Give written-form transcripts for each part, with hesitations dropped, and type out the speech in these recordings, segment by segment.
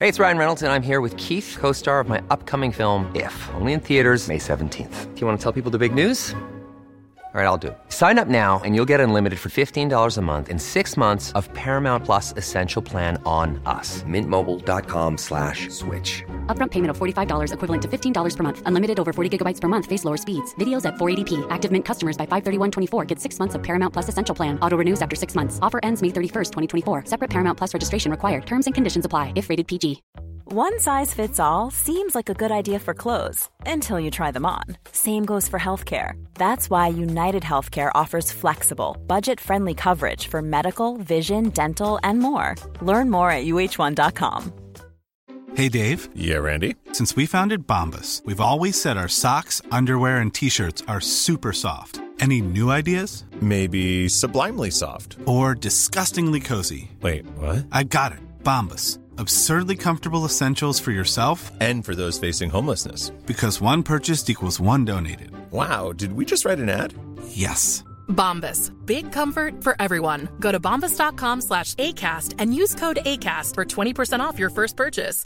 Hey, it's Ryan Reynolds, and I'm here with Keith, co-star of my upcoming film, If, only in theaters May 17th. Do you want to tell people the big news? All right, I'll do it. Sign up now and you'll get unlimited for $15 a month and 6 months of Paramount Plus Essential Plan on us. MintMobile.com/switch. Upfront payment of $45 equivalent to $15 per month. Unlimited over 40 gigabytes per month. Face lower speeds. Videos at 480p. Active Mint customers by 531.24 get 6 months of Paramount Plus Essential Plan. Auto renews after 6 months. Offer ends May 31st, 2024. Separate Paramount Plus registration required. Terms and conditions apply if rated PG. One size fits all seems like a good idea for clothes until you try them on. Same goes for healthcare. That's why United Healthcare offers flexible, budget-friendly coverage for medical, vision, dental, and more. Learn more at uh1.com. Hey, Dave. Yeah, Randy. Since we founded Bombas, we've always said our socks, underwear, and T-shirts are super soft. Any new ideas? Maybe sublimely soft. Or disgustingly cozy. Wait, what? I got it. Bombas. Absurdly comfortable essentials for yourself and for those facing homelessness. Because one purchased equals one donated. Wow, did we just write an ad? Yes. Bombas. Big comfort for everyone. Go to bombas.com/ACAST and use code ACAST for 20% off your first purchase.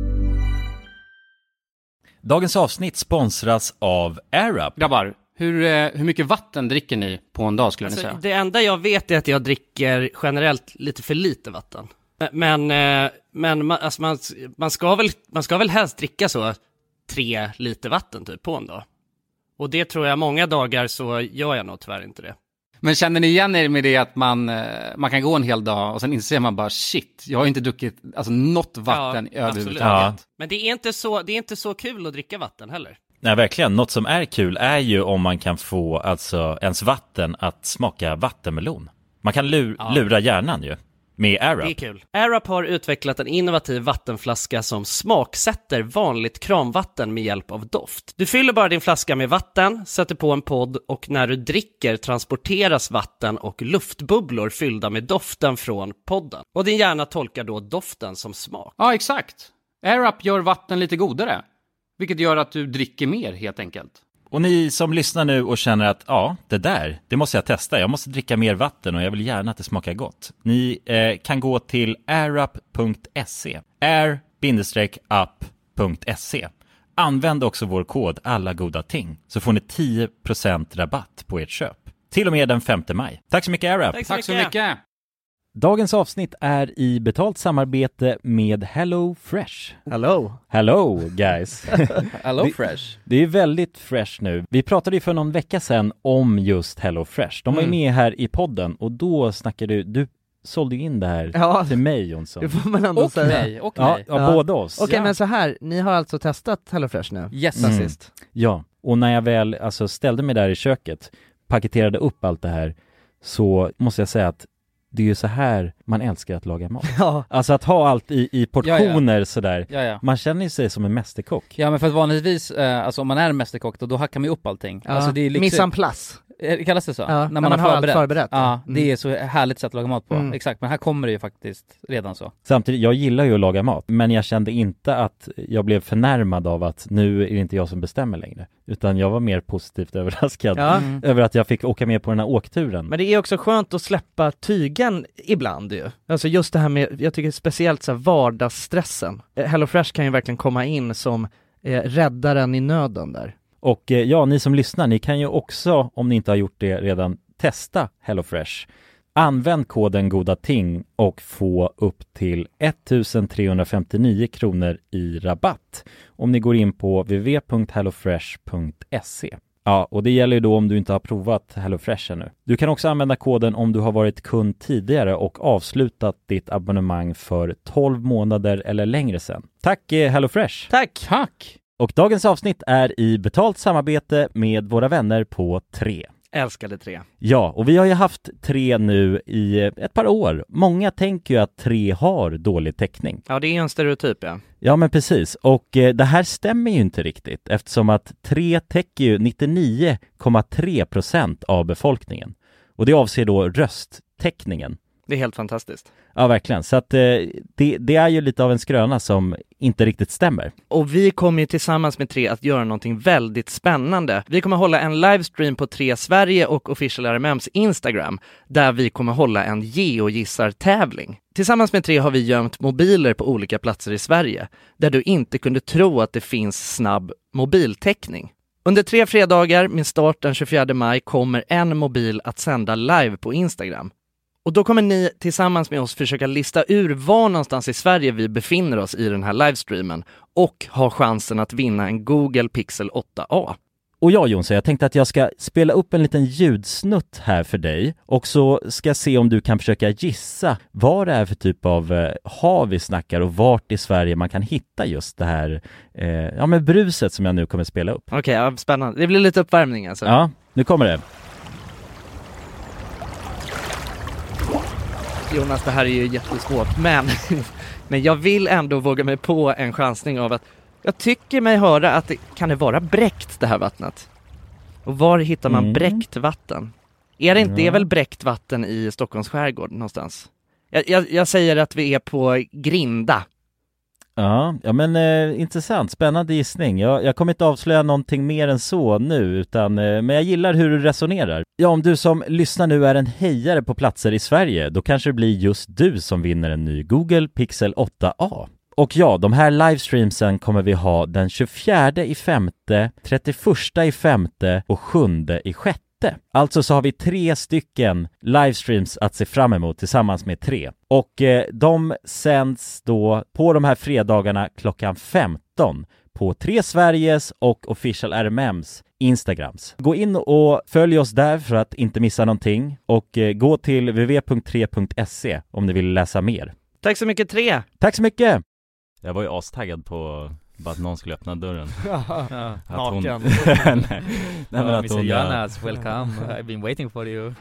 Dagens avsnitt sponsras av AirUp. Grabbar, hur mycket vatten dricker ni på en dag skulle ni säga? Det enda jag vet är att jag dricker generellt lite för lite vatten. Men man ska väl helst dricka så 3 liter vatten typ på en dag. Och det tror jag många dagar så gör jag nog tyvärr inte det. Men känner ni igen er med det att man kan gå en hel dag och sen inser man bara shit, jag har inte druckit något vatten överhuvudtaget. Ja. Men det är inte så kul att dricka vatten heller. Nej, verkligen. Något som är kul är ju om man kan få alltså ens vatten att smaka vattenmelon. Man kan lura hjärnan ju. Med AirUp. Det är kul. AirUp har utvecklat en innovativ vattenflaska som smaksätter vanligt kranvatten med hjälp av doft. Du fyller bara din flaska med vatten, sätter på en podd och när du dricker transporteras vatten och luftbubblor fyllda med doften från podden. Och din hjärna tolkar då doften som smak. Ja, exakt. AirUp gör vatten lite godare, vilket gör att du dricker mer helt enkelt. Och ni som lyssnar nu och känner att det måste jag testa. Jag måste dricka mer vatten och jag vill gärna att det smakar gott. Ni kan gå till airup.se. air-up.se. Använd också vår kod alla goda ting så får ni 10% rabatt på ert köp. Till och med den 5 maj. Tack så mycket AirUp. Tack så mycket. Dagens avsnitt är i betalt samarbete med Hello Fresh. Hello guys. Hello Fresh. Det är väldigt fresh nu. Vi pratade ju för någon vecka sedan om just Hello Fresh. De var ju med här i podden och då snackade du sålde in det här till mig, Jonsson. Det får man ändå och säga. Mig, och mig. Ja, båda oss. Okej, men så här, ni har alltså testat Hello Fresh nu? Yes. Sist. Ja, och när jag väl ställde mig där i köket, paketerade upp allt det här, så måste jag säga att det är ju så här man älskar att laga mat. Ja. Alltså att ha allt i portioner sådär. Ja. Man känner sig som en mästerkock. Ja, men för att vanligtvis, om man är en mästerkock då hackar man ju upp allting. Ja. Alltså det är liksom... Mise en place. Kallas det så? Ja, när man har förberett. Ja, det är så härligt sätt att laga mat på. Exakt, men här kommer det ju faktiskt redan så. Samtidigt, jag gillar ju att laga mat, men jag kände inte att jag blev förnärmad av att nu är det inte jag som bestämmer längre. Utan jag var mer positivt överraskad över att jag fick åka med på den här åkturen. Men det är också skönt att släppa tygen ibland ju. Alltså just det här med, jag tycker speciellt så här vardagsstressen. Hello Fresh kan ju verkligen komma in som räddaren i nöden där. Och ni som lyssnar, ni kan ju också, om ni inte har gjort det redan, testa HelloFresh. Använd koden GODATING och få upp till 1359 kronor i rabatt om ni går in på www.hellofresh.se. Ja, och det gäller ju då om du inte har provat HelloFresh ännu. Du kan också använda koden om du har varit kund tidigare och avslutat ditt abonnemang för 12 månader eller längre sedan. Tack HelloFresh! Tack! Och dagens avsnitt är i betalt samarbete med våra vänner på 3. Älskade 3. Ja, och vi har ju haft 3 nu i ett par år. Många tänker ju att 3 har dålig täckning. Ja, det är en stereotyp, ja. Ja, men precis. Och det här stämmer ju inte riktigt eftersom att 3 täcker ju 99,3% av befolkningen. Och det avser då rösttäckningen. Det är helt fantastiskt. Ja, verkligen. Så att det är ju lite av en skröna som inte riktigt stämmer. Och vi kommer ju tillsammans med 3 att göra någonting väldigt spännande. Vi kommer hålla en livestream på 3 Sverige och Official RMMs Instagram, där vi kommer hålla en geogissartävling. Tillsammans med 3 har vi gömt mobiler på olika platser i Sverige, där du inte kunde tro att det finns snabb mobiltäckning. Under 3 fredagar med start den 24 maj kommer en mobil att sända live på Instagram. Och då kommer ni tillsammans med oss försöka lista ur var någonstans i Sverige vi befinner oss i den här livestreamen och ha chansen att vinna en Google Pixel 8a. Och jag, Jonsson, jag tänkte att jag ska spela upp en liten ljudsnutt här för dig och så ska jag se om du kan försöka gissa vad det är för typ av hav vi snackar och vart i Sverige man kan hitta just det här med bruset som jag nu kommer spela upp. Okej, ja, spännande. Det blir lite uppvärmning alltså. Ja, nu kommer det. Jonas, det här är ju jättesvårt, men jag vill ändå våga mig på en chansning av att jag tycker mig höra att kan det vara bräckt det här vattnet? Och var hittar man bräckt vatten? Är det inte, det är väl bräckt vatten i Stockholms skärgård någonstans? Jag säger att vi är på Grinda. Ja men intressant, spännande gissning. Jag kommer inte avslöja någonting mer än så nu, men jag gillar hur du resonerar. Ja, om du som lyssnar nu är en hejare på platser i Sverige, då kanske det blir just du som vinner en ny Google Pixel 8a. Och ja, de här livestreamsen kommer vi ha den 24/5, 31/5 och 7/6. Alltså så har vi 3 stycken livestreams att se fram emot tillsammans med 3. Och de sänds då på de här fredagarna klockan 15 på 3 Sveriges och Official RMMs Instagrams. Gå in och följ oss där för att inte missa någonting och gå till www.3.se om ni vill läsa mer. Tack så mycket 3! Tack så mycket! Jag var ju astaggad på bara att någon skulle öppna dörren. Naken. Nej, men att Mr. Jonas, welcome. I've been waiting for you.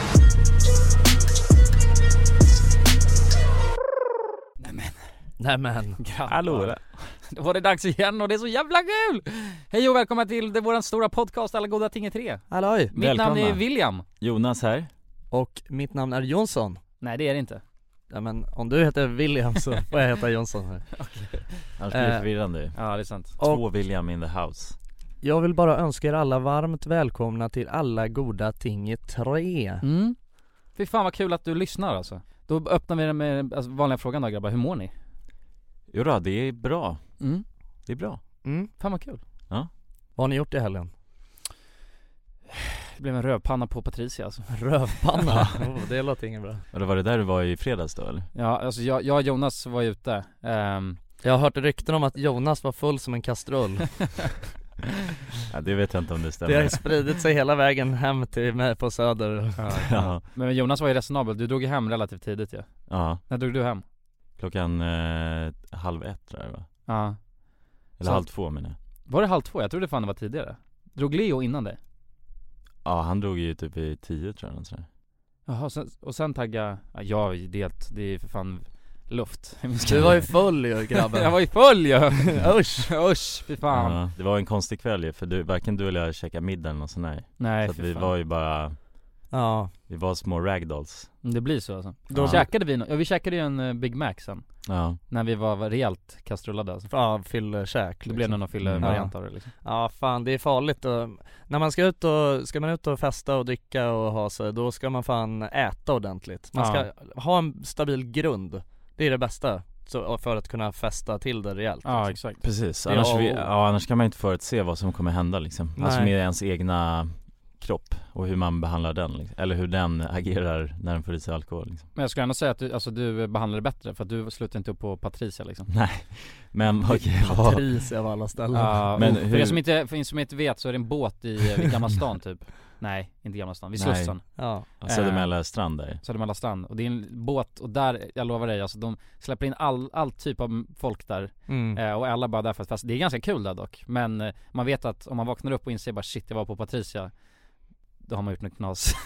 Nämen. Hallå. Då var det dags igen och det är så jävla kul! Hej och välkomna till vår stora podcast Alla goda ting är 3. Halloj. Mitt namn är William. Jonas här. Och mitt namn är Jonsson. Nej, det är det inte. Ja, men om du heter William så får jag heta Jonsson här. Okay. Annars blir det förvirrande. Ja, det är sant. 2 William in the house. Jag vill bara önska er alla varmt välkomna till Alla goda ting är 3. Fy fan vad kul att du lyssnar alltså. Då öppnar vi med vanliga frågan då, grabbar. Hur mår ni? Jo då, det är bra. Det är bra. Fan vad kul. Ja. Vad har ni gjort i helgen? Det blev en rövpanna på Patricia alltså. Rövpanna? Det låter inget bra. Och då var det där du var i fredags då eller? Ja, alltså jag och Jonas var ute. Jag har hört rykten om att Jonas var full som en kastrull. Ja, det vet jag inte om det stämmer. Det har spridit sig hela vägen hem till mig på Söder. Ja. Men Jonas var ju resonabel. Du drog ju hem relativt tidigt ju. Ja. När drog du hem? Klockan 1:30 tror jag va? Ja. Eller 1:30 menar jag. Var det 1:30? Jag trodde fan det var tidigare. Drog Leo innan det? Ja, han drog ju typ i 10 tror jag. Jaha, sen tagga. Ja, det är för fan luft. Du var ju full ju, grabben. Jag var ju full ju. Usch, fy fan. Ja, det var en konstig kväll ju, för varken du eller jag käkade middagen och sån här. Nej, så att vi var ju bara... Ja. Vi var små ragdolls. Det blir så alltså. Då käkade vi vi käkade ju en Big Mac sen. Ja. När vi var rejält kastrullade alltså. Ja, fyllkäk liksom. Det blev någon fyllevariant av det liksom. Ja, fan det är farligt och när man ska man ut och festa och dricka och ha sig, då ska man fan äta ordentligt. Man ska ha en stabil grund. Det är det bästa. Så för att kunna festa till det rejält. Ja, liksom. exakt. Precis. Annars kan man inte förutse vad som kommer hända liksom. Alltså med ens egna kropp och hur man behandlar den liksom. Eller hur den agerar när den får i sig alkohol liksom. Men jag skulle ändå säga att du behandlar det bättre, för att du slutar inte upp på Patricia liksom. Nej. Men okej, Patricia av alla ställen. Men för er som inte vet så är det en båt vid Gamla stan typ. Nej, inte Gamla stan, vid Slussen. Ja. Södermälla strand där. Södermälla strand. Och det är en båt, och där, jag lovar dig, alltså de släpper in all typ av folk där. Och alla bara där för att festa. Det är ganska kul där dock. Men man vet att om man vaknar upp och inser bara shit, jag var på Patricia, då har man gjort något knas.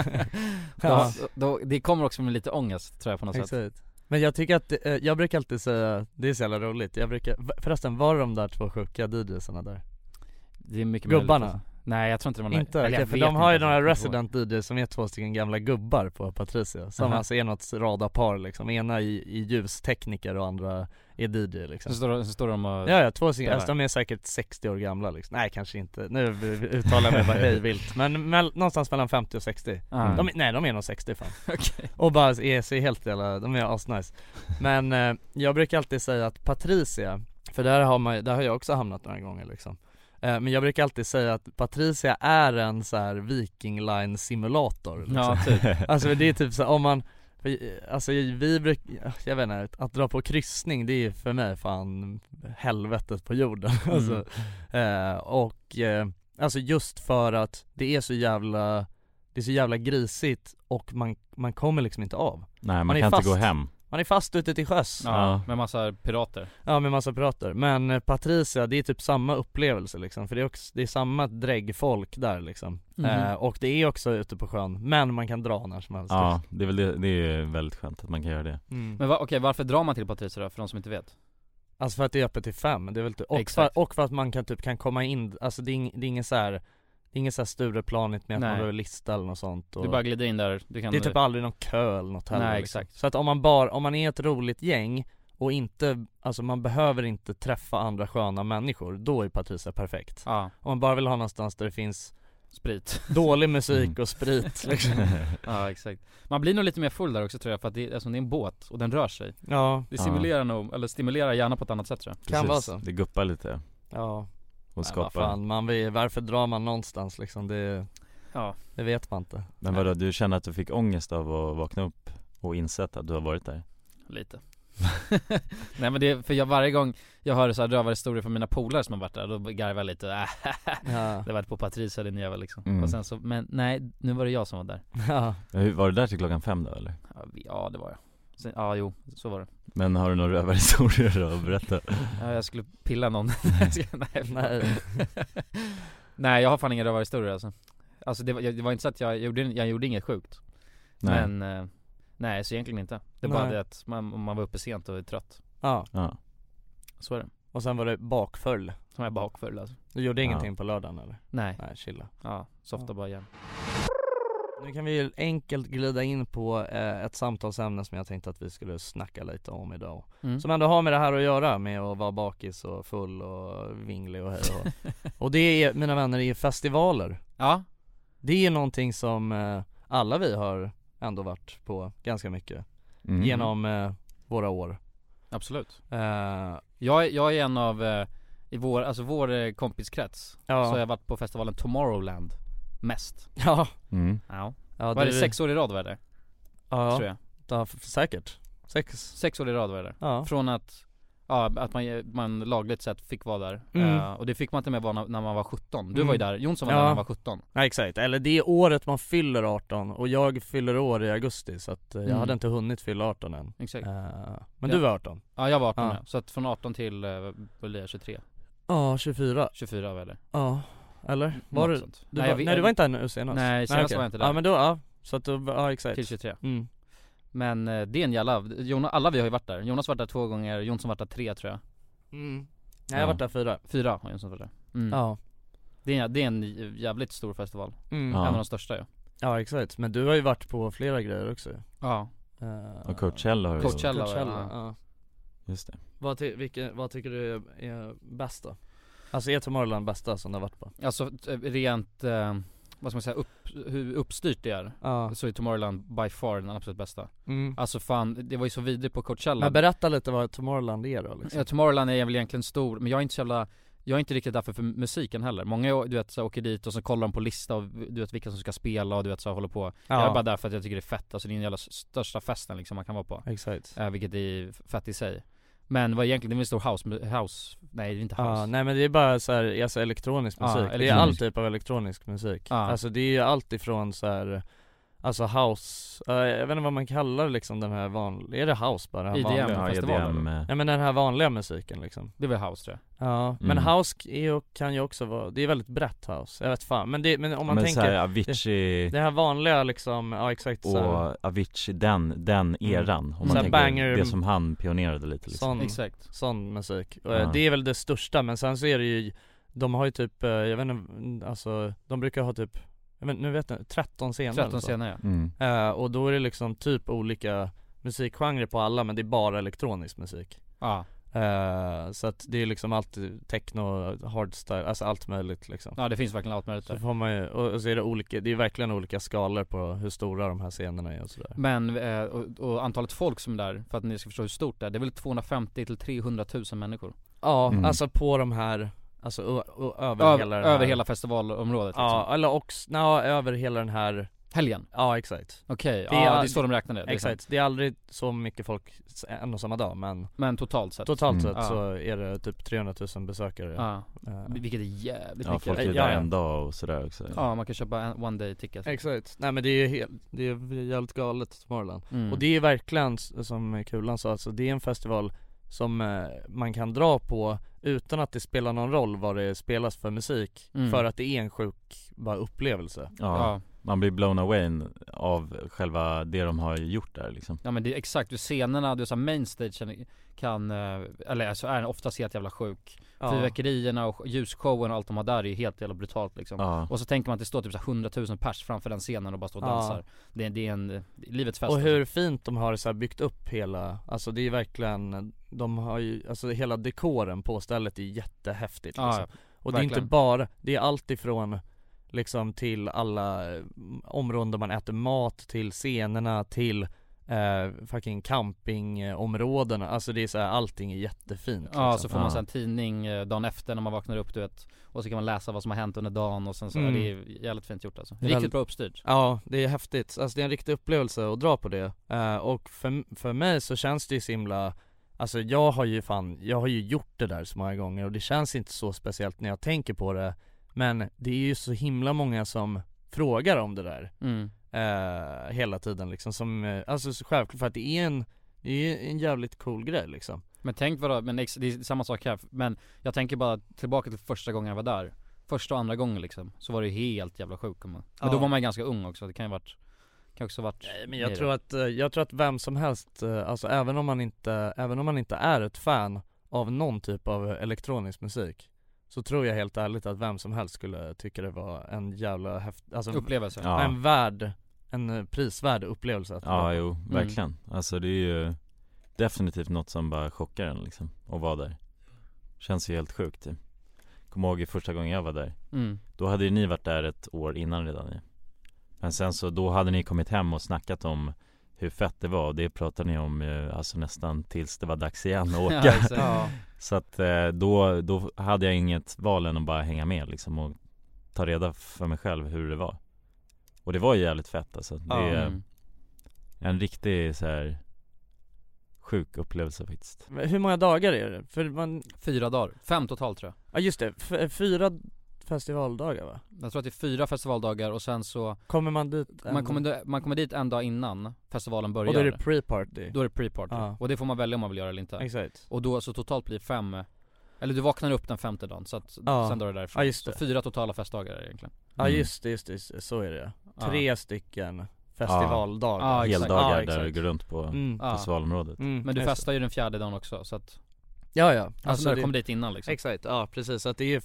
Det kommer också med lite ångest tror jag på något sätt. Men jag tycker att jag brukar alltid säga, det är så jävla roligt. Förresten, var de där 2 sjuka DJsarna där? Det är mycket gubbarna. Möjligt, alltså. Nej, jag tror inte det var några. Inte, okay, för de har ju några resident DJs som är 2 stycken gamla gubbar på Patricia. Som alltså är något radapar liksom. Ena i ljustekniker och andra är DJ liksom. Så står de och... Ja, 2 stycken, alltså, de är säkert 60 år gamla liksom. Nej, kanske inte, nu uttalar jag mig bara hej vilt. Men någonstans mellan 50 och 60. De är nog 60 fan. Okay. Och bara är helt jävla, de är asnice. Men jag brukar alltid säga att Patricia, för där har jag också hamnat några gånger liksom. Men jag brukar alltid säga att Patricia är en så här Viking Line simulator liksom. Ja, typ. Alltså det är typ så om man, alltså vi brukar, jag vet inte, att dra på kryssning, det är för mig fan helvetet på jorden. Alltså, alltså just för att det är så jävla grisigt och man kommer liksom inte av. Nej, man kan inte gå hem. Man är fast ute till sjöss. Ja, med massa pirater. Ja, med massa pirater. Men Patricia, det är typ samma upplevelse liksom. För det är samma dräggfolk där liksom. Och det är också ute på sjön. Men man kan dra när som helst. Ja, det är väl det är väldigt skönt att man kan göra det. Men okej, varför drar man till Patricia då? För de som inte vet. Alltså för att det är öppet till 5. Det är väl och för att man kan komma in. Alltså det är ingen så här... Det är inget så här Stureplanigt med att man behöver lista eller något sånt och du bara glider in där, det är typ aldrig någon kö eller något heller. Nej, liksom. exakt. Så att om man är ett roligt gäng och inte, alltså man behöver inte träffa andra sköna människor, då är Patricia perfekt. Om man bara vill ha någonstans där det finns sprit, dålig musik och sprit liksom. Ja, exakt. Man blir nog lite mer full där också tror jag, för att det är en båt och den rör sig. Ja. Det simulerar nog, eller stimulerar gärna på ett annat sätt tror jag. Kan vara så. Det guppar lite. Ja. Och skapar. Varför drar man någonstans liksom, det vet man inte. Men vadå, du känner att du fick ångest av att vakna upp och insett att du har varit där? Lite. Nej men det, för jag varje gång jag hör så här rövarhistorier från mina polare som har varit där, då garvar jag lite. Det var på Patricia din jävel liksom. Och sen så, men nej, nu var det jag som var där. Var du där till 5 då eller? Ja, det var jag. Sen, jo, så var det. Men har du några rövarhistorier då att berätta? Ja, jag skulle pilla någon. Nej. Nej, jag har fan inga rövarhistorier alltså. Alltså det var inte så att jag gjorde inget sjukt. Nej. Men nej, så egentligen inte. Det är bara det att man var uppe sent och är trött. Ja. Så är det. Och sen var det bakfull. Som är bakfull alltså. Du gjorde ingenting på lördagen eller? Nej, chilla. Ja, softa bara igen. Nu kan vi enkelt glida in på ett samtalsämne som jag tänkte att vi skulle snacka lite om idag. Som ändå har med det här att göra, med att vara bakis och full och vinglig och hej och det är, mina vänner, är festivaler. Ja. Det är någonting som alla vi har ändå varit på ganska mycket genom våra år. Absolut. Jag är en av i vår kompiskrets. Så har jag varit på festivalen Tomorrowland mest. Ja. Ja, var det 6 år i rad var det? Ja, tror jag. Ja, säkert 6 år i rad var det. Ja. Från att man lagligt sett fick vara där. Och det fick man inte med när man var 17. Du var ju där, Jonsson var där när han var 17. Ja, exakt, eller det är året man fyller 18. Och jag fyller år i augusti. Så att jag hade inte hunnit fylla 18 än. Exakt. Men du var 18. Ja, jag var 18 så att från 18 till 23. Ja, 24 var det. Ja, eller? Var du? Nej, du var inte ännu senast. Nej, senast var jag inte där. Ja, men då, så att du, exakt. Till 23. Men det är en jävla, alla vi har ju varit där. Jonas har varit där 2 gånger, Jonsson har varit där 3 tror jag. Nej, jag har varit där 4. 4 har Jonsson varit där. Ja. Det är en jävligt stor festival. En av de största Ja, exakt. Men du har ju varit på flera grejer också. Ja. Och Coachella har du. Coachella, ja. Just det. Vad tycker du är bäst då? Alltså är Tomorrowland bästa som du har varit på? Alltså rent, vad ska man säga, hur uppstyrt det är. Så är Tomorrowland by far den absolut bästa. Alltså fan, det var ju så vidrigt på Coachella. Men berätta lite vad Tomorrowland är då liksom. Ja, Tomorrowland är väl egentligen stor, men jag är inte så jävla, jag är inte riktigt därför för musiken heller. Många, du vet, så åker dit och så kollar de på lista och du vet vilka som ska spela och du vet så håller på. Jag är bara där för att jag tycker det är fett. Alltså det är den jävla största festen liksom man kan vara på. Exakt. Vilket är fett i sig. Men vad egentligen, det är en stor house. Nej, det är inte house. Nej, men det är bara så här, alltså elektronisk musik. Det är all typ av elektronisk musik. Alltså det är ju allt ifrån så här, alltså house, jag vet inte vad man kallar liksom den här vanliga, är det house bara? Den här EDM-festivalen? Ja, men den här vanliga musiken liksom. Det är väl house tror jag. Ja, men house kan ju också vara, det är väldigt brett house, jag vet fan. Men om man tänker så här, Avicii, det här vanliga liksom, ja exakt. Och så Avicii, den eran, om man tänker banger, det som han pionerade lite liksom. Exakt. Sån musik, det är väl det största, men sen så är det ju de har ju typ, jag vet inte, alltså de brukar ha typ, nu vet jag 13 scener. 13 scener, ja. Och då är det liksom typ olika musikgenrer på alla, men det är bara elektronisk musik. Ja. Så att det är liksom alltid techno, hardstyle, alltså allt möjligt liksom. Ja, det finns verkligen allt möjligt där. Så får man ju, och så är det olika, det är verkligen olika skalor på hur stora de här scenerna är och sådär. Men, och antalet folk som är där, för att ni ska förstå hur stort det är väl 250 till 300 000 människor. Ja, alltså på de här, alltså över hela den här, över hela festivalområdet liksom. Ja, eller också, över hela den här helgen. Ja, exakt. Okej, det är så de räknar det. Exakt, det är aldrig så mycket folk en och samma dag, men totalt sett så är det typ 300 000 besökare. Vilket är jävligt mycket. Folk är där en dag och sådär också. Ja, man kan köpa en one day ticket. Exakt, nej men det är jävligt galet Tomorrowland. Och det är verkligen, som Kulan sa, alltså det är en festival som man kan dra på utan att det spelar någon roll vad det spelas för musik, för att det är en sjuk bara upplevelse. Ja. Man blir blown away av själva det de har gjort där liksom. Ja men det är exakt, du scenerna, du så mainstage kan, eller alltså är oftast helt jävla sjuk. Fyrverkerierna och ljusshowen och allt de har där är ju helt jävla brutalt liksom. Och så tänker man att det står typ så 100 000 pers framför den scenen och bara står och dansar. Det är en livets fest. Och hur fint de har så här byggt upp hela, alltså det är verkligen, de har ju, alltså hela dekoren på stället är jättehäftigt liksom. Och verkligen. Det är inte bara, det är allt ifrån liksom till alla områden där man äter mat, till scenerna, till fucking campingområdena. Alltså det är så här, allting är jättefint liksom. Så får man så en tidning dagen efter när man vaknar upp, du vet. Och så kan man läsa vad som har hänt under dagen. Och sen så det är jävligt fint gjort alltså. Riktigt bra uppstyrt. Ja, det är häftigt. Alltså det är en riktig upplevelse att dra på det. Och för mig så känns det ju så himla, alltså jag har ju gjort det där så många gånger. Och det känns inte så speciellt när jag tänker på det. Men det är ju så himla många som frågar om det där hela tiden liksom, som, alltså självklart, för att det är en jävligt cool grej liksom. Men tänk vadå, men det är samma sak här. Men jag tänker bara tillbaka till första gången jag var där. Första och andra gången liksom, så var det helt jävla sjukt. Men då var man ganska ung också, det kan ju också varit. Nej, men jag tror att vem som helst, alltså även om man inte är ett fan av någon typ av elektronisk musik, så tror jag helt ärligt att vem som helst skulle tycka det var en jävla upplevelse. En prisvärd upplevelse. Verkligen. Alltså det är ju definitivt något som bara chockar en liksom, att vara där. Känns ju helt sjukt. Kommer ihåg första gången jag var där. Då hade ju ni varit där ett år innan redan. Men sen så då hade ni kommit hem och snackat om hur fett det var. Det pratade ni om alltså nästan tills det var dags igen att åka. Så att då hade jag inget val än att bara hänga med liksom, och ta reda för mig själv hur det var. Och det var ju jävligt fett alltså. Det är en riktig så här sjuk upplevelse faktiskt. Hur många dagar är det? För 4 dagar, 5 totalt tror jag. Ja just det, 4 festivaldagar va? Jag tror att det är 4 festivaldagar och sen så kommer man dit man kommer dit en dag innan festivalen börjar. Och då är det pre-party. Då är det pre-party. Och det får man välja om man vill göra eller inte. Exakt. Och då så totalt blir 5, eller du vaknar upp den 5:e dagen, så att sen drar du därifrån. Just det. Så 4 totala festdagar egentligen. Ja just det, så är det. 3 stycken festivaldagar. Heldagar där du går runt på festivalområdet. Men du festar ju den 4:e dagen också, så att alltså när du kommer dit innan liksom. Exakt, ja precis, så att det är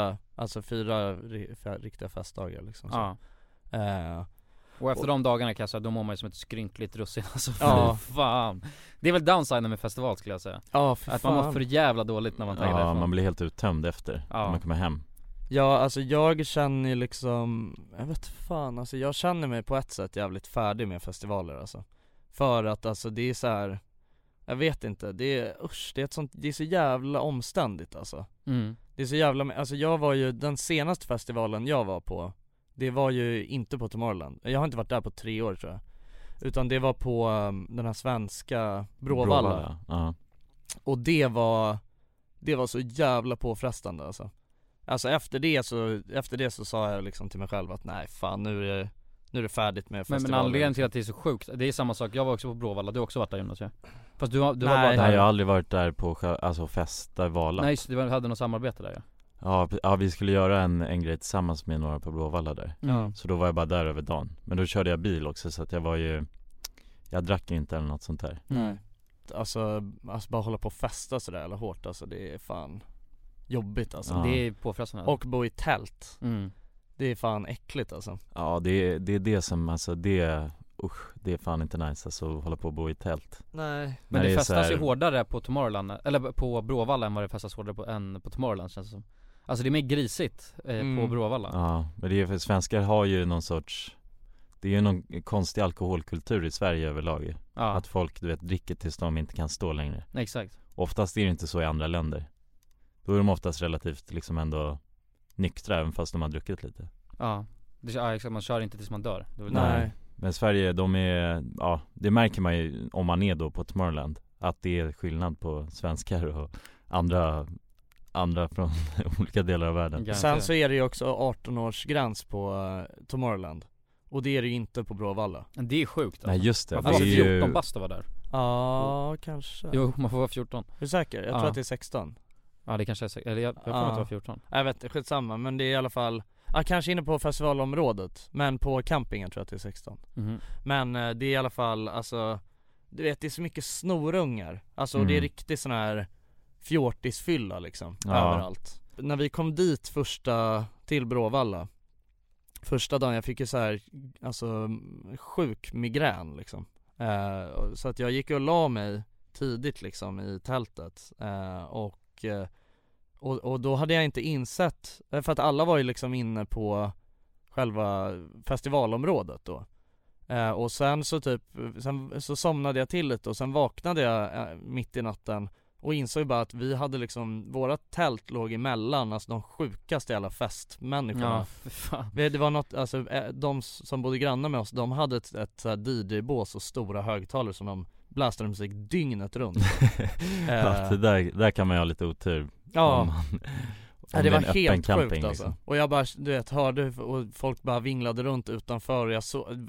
4 riktiga festdagar liksom så. Och efter de dagarna kan jag säga, då mår man ju som ett skrynkligt russin alltså, fan. Det är väl downsiden med festival skulle jag säga. Att man mår för jävla dåligt när man tar därifrån. Man blir helt uttömd efter när man kommer hem. Ja, alltså jag känner ju liksom, jag vet fan, alltså jag känner mig på ett sätt jävligt färdig med festivaler alltså. För att alltså det är så här, jag vet inte, det är så jävla omständigt alltså. Det är så jävla, alltså jag var ju, den senaste festivalen jag var på, det var ju inte på Tomorrowland. Jag har inte varit där på 3 år tror jag. Utan det var på den här svenska Bråvalla. Och det var så jävla påfrestande alltså. Alltså efter det så sa jag liksom till mig själv att nej fan, nu är det färdigt med festivaler. Men anledningen till att det är så sjukt, det är samma sak, jag var också på Bråvalla, du har också varit där Jonas. Fast du var bara där. Nej, jag har aldrig varit där på alltså festivaler. Nej, du hade något samarbete där Ja, vi skulle göra en grej tillsammans med några på Bråvalla där. Så då var jag bara där över dagen. Men då körde jag bil också, så att jag drack inte eller något sånt där. Nej. Alltså bara hålla på och festa sådär eller hårt, alltså det är fan. jobbigt alltså. Det är påfrestande. Och bo i tält. Det är fan äckligt alltså. Ja, det är det som, alltså det är fan inte nice alltså, att hålla på och bo i tält. Nej. Men det festas ju hårdare på Tomorrowland, eller på Bråvalla, än vad det festas hårdare än på Tomorrowland, känns det som. Alltså det är mer grisigt på Bråvalla. Ja, men det är för svenskar har ju någon sorts, det är ju någon konstig alkoholkultur i Sverige överlag. Att folk, du vet, dricker tills de inte kan stå längre. Exakt. Oftast är det inte så i andra länder. Då är de oftast relativt liksom ändå nyktra, även fast de har druckit lite. Ja, exakt, man kör inte tills man dör. Nej. Men Sverige, de är, ja, det märker man ju om man är då på Tomorrowland, att det är skillnad på svenskar och andra från olika delar av världen. Sen så är det ju också 18-årsgräns på Tomorrowland. Och det är det ju inte på Bråvalla. Det är sjukt alltså. Nej just det. Man får vara 14 bast att vara där. Ja, kanske. Jo, man får vara 14. Är du säker? Jag tror att det är 16. Ja, det kanske är 16. Eller jag får inte vara 14. Jag vet, skitsamma. Men det är i alla fall, kanske inne på festivalområdet. Men på campingen tror jag att det är 16. Men det är i alla fall, alltså, du vet, det är så mycket snorungar. Alltså det är riktigt sån här fjortisfylla liksom, överallt. När vi kom dit till Bråvalla, första dagen, jag fick ju så här, alltså sjuk migrän liksom. Så att jag gick och la mig tidigt liksom i tältet. Och då hade jag inte insett, för att alla var ju liksom inne på själva festivalområdet då. Och sen så somnade jag till lite och sen vaknade jag mitt i natten och insåg ju bara att vi hade liksom, våra tält låg emellan, alltså de sjukaste jävla festmänniskorna. Det var något, alltså de som bodde grannar med oss, de hade ett så här DJ-bås och stora högtalare som de blastade musik dygnet runt. Ja, det där kan man ju ha lite otur. Ja. Det var helt camping, sjukt alltså. Liksom. Och jag bara, du vet, hörde och folk bara vinglade runt utanför och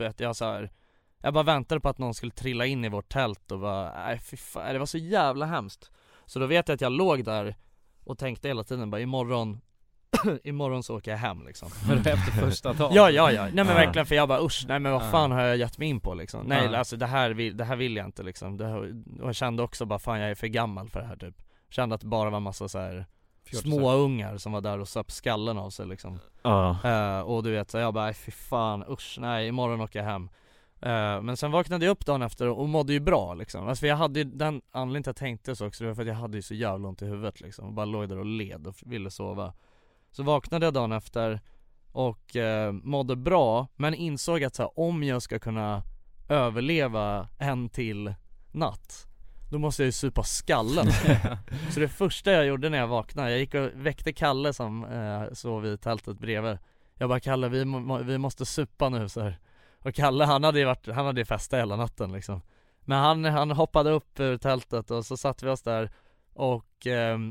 jag bara väntade på att någon skulle trilla in i vårt tält och bara, nej fy fan, det var så jävla hemskt. Så då vet jag att jag låg där och tänkte hela tiden bara, imorgon så åker jag hem liksom. Efter första dagen. Ja. Nej men verkligen, för jag bara nej men vad fan har jag gett mig in på liksom. Nej alltså det här vill jag inte liksom. Och jag kände också bara, fan jag är för gammal för det här typ. Kände att det bara var massa så här små ungar som var där och söp skallen av sig liksom. Och du vet så jag bara, fy fan, nej imorgon åker jag hem. Men sen vaknade jag upp dagen efter och mådde ju bra liksom. Alltså för jag hade ju den anledningen till att jag tänkte så också, det var för att jag hade ju så jävla ont i huvudet liksom. Och bara låg där och led och ville sova. Så vaknade jag dagen efter och mådde bra, men insåg att så här, om jag ska kunna överleva en till natt, då måste jag ju supa skallen. Så det första jag gjorde när jag vaknade, jag gick och väckte Kalle som sov i tältet bredvid. Jag bara, Kalle, vi måste supa nu så här. Och Kalle, han hade ju festat hela natten liksom. Men han hoppade upp ur tältet och så satt vi oss där. Och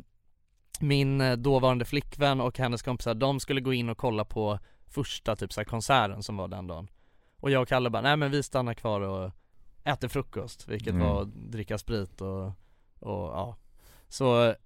min dåvarande flickvän och hennes kompisar, de skulle gå in och kolla på första typ så här konserten som var den dagen. Och jag och Kalle bara, nej men vi stannar kvar och äter frukost, vilket var att dricka sprit och ja. Så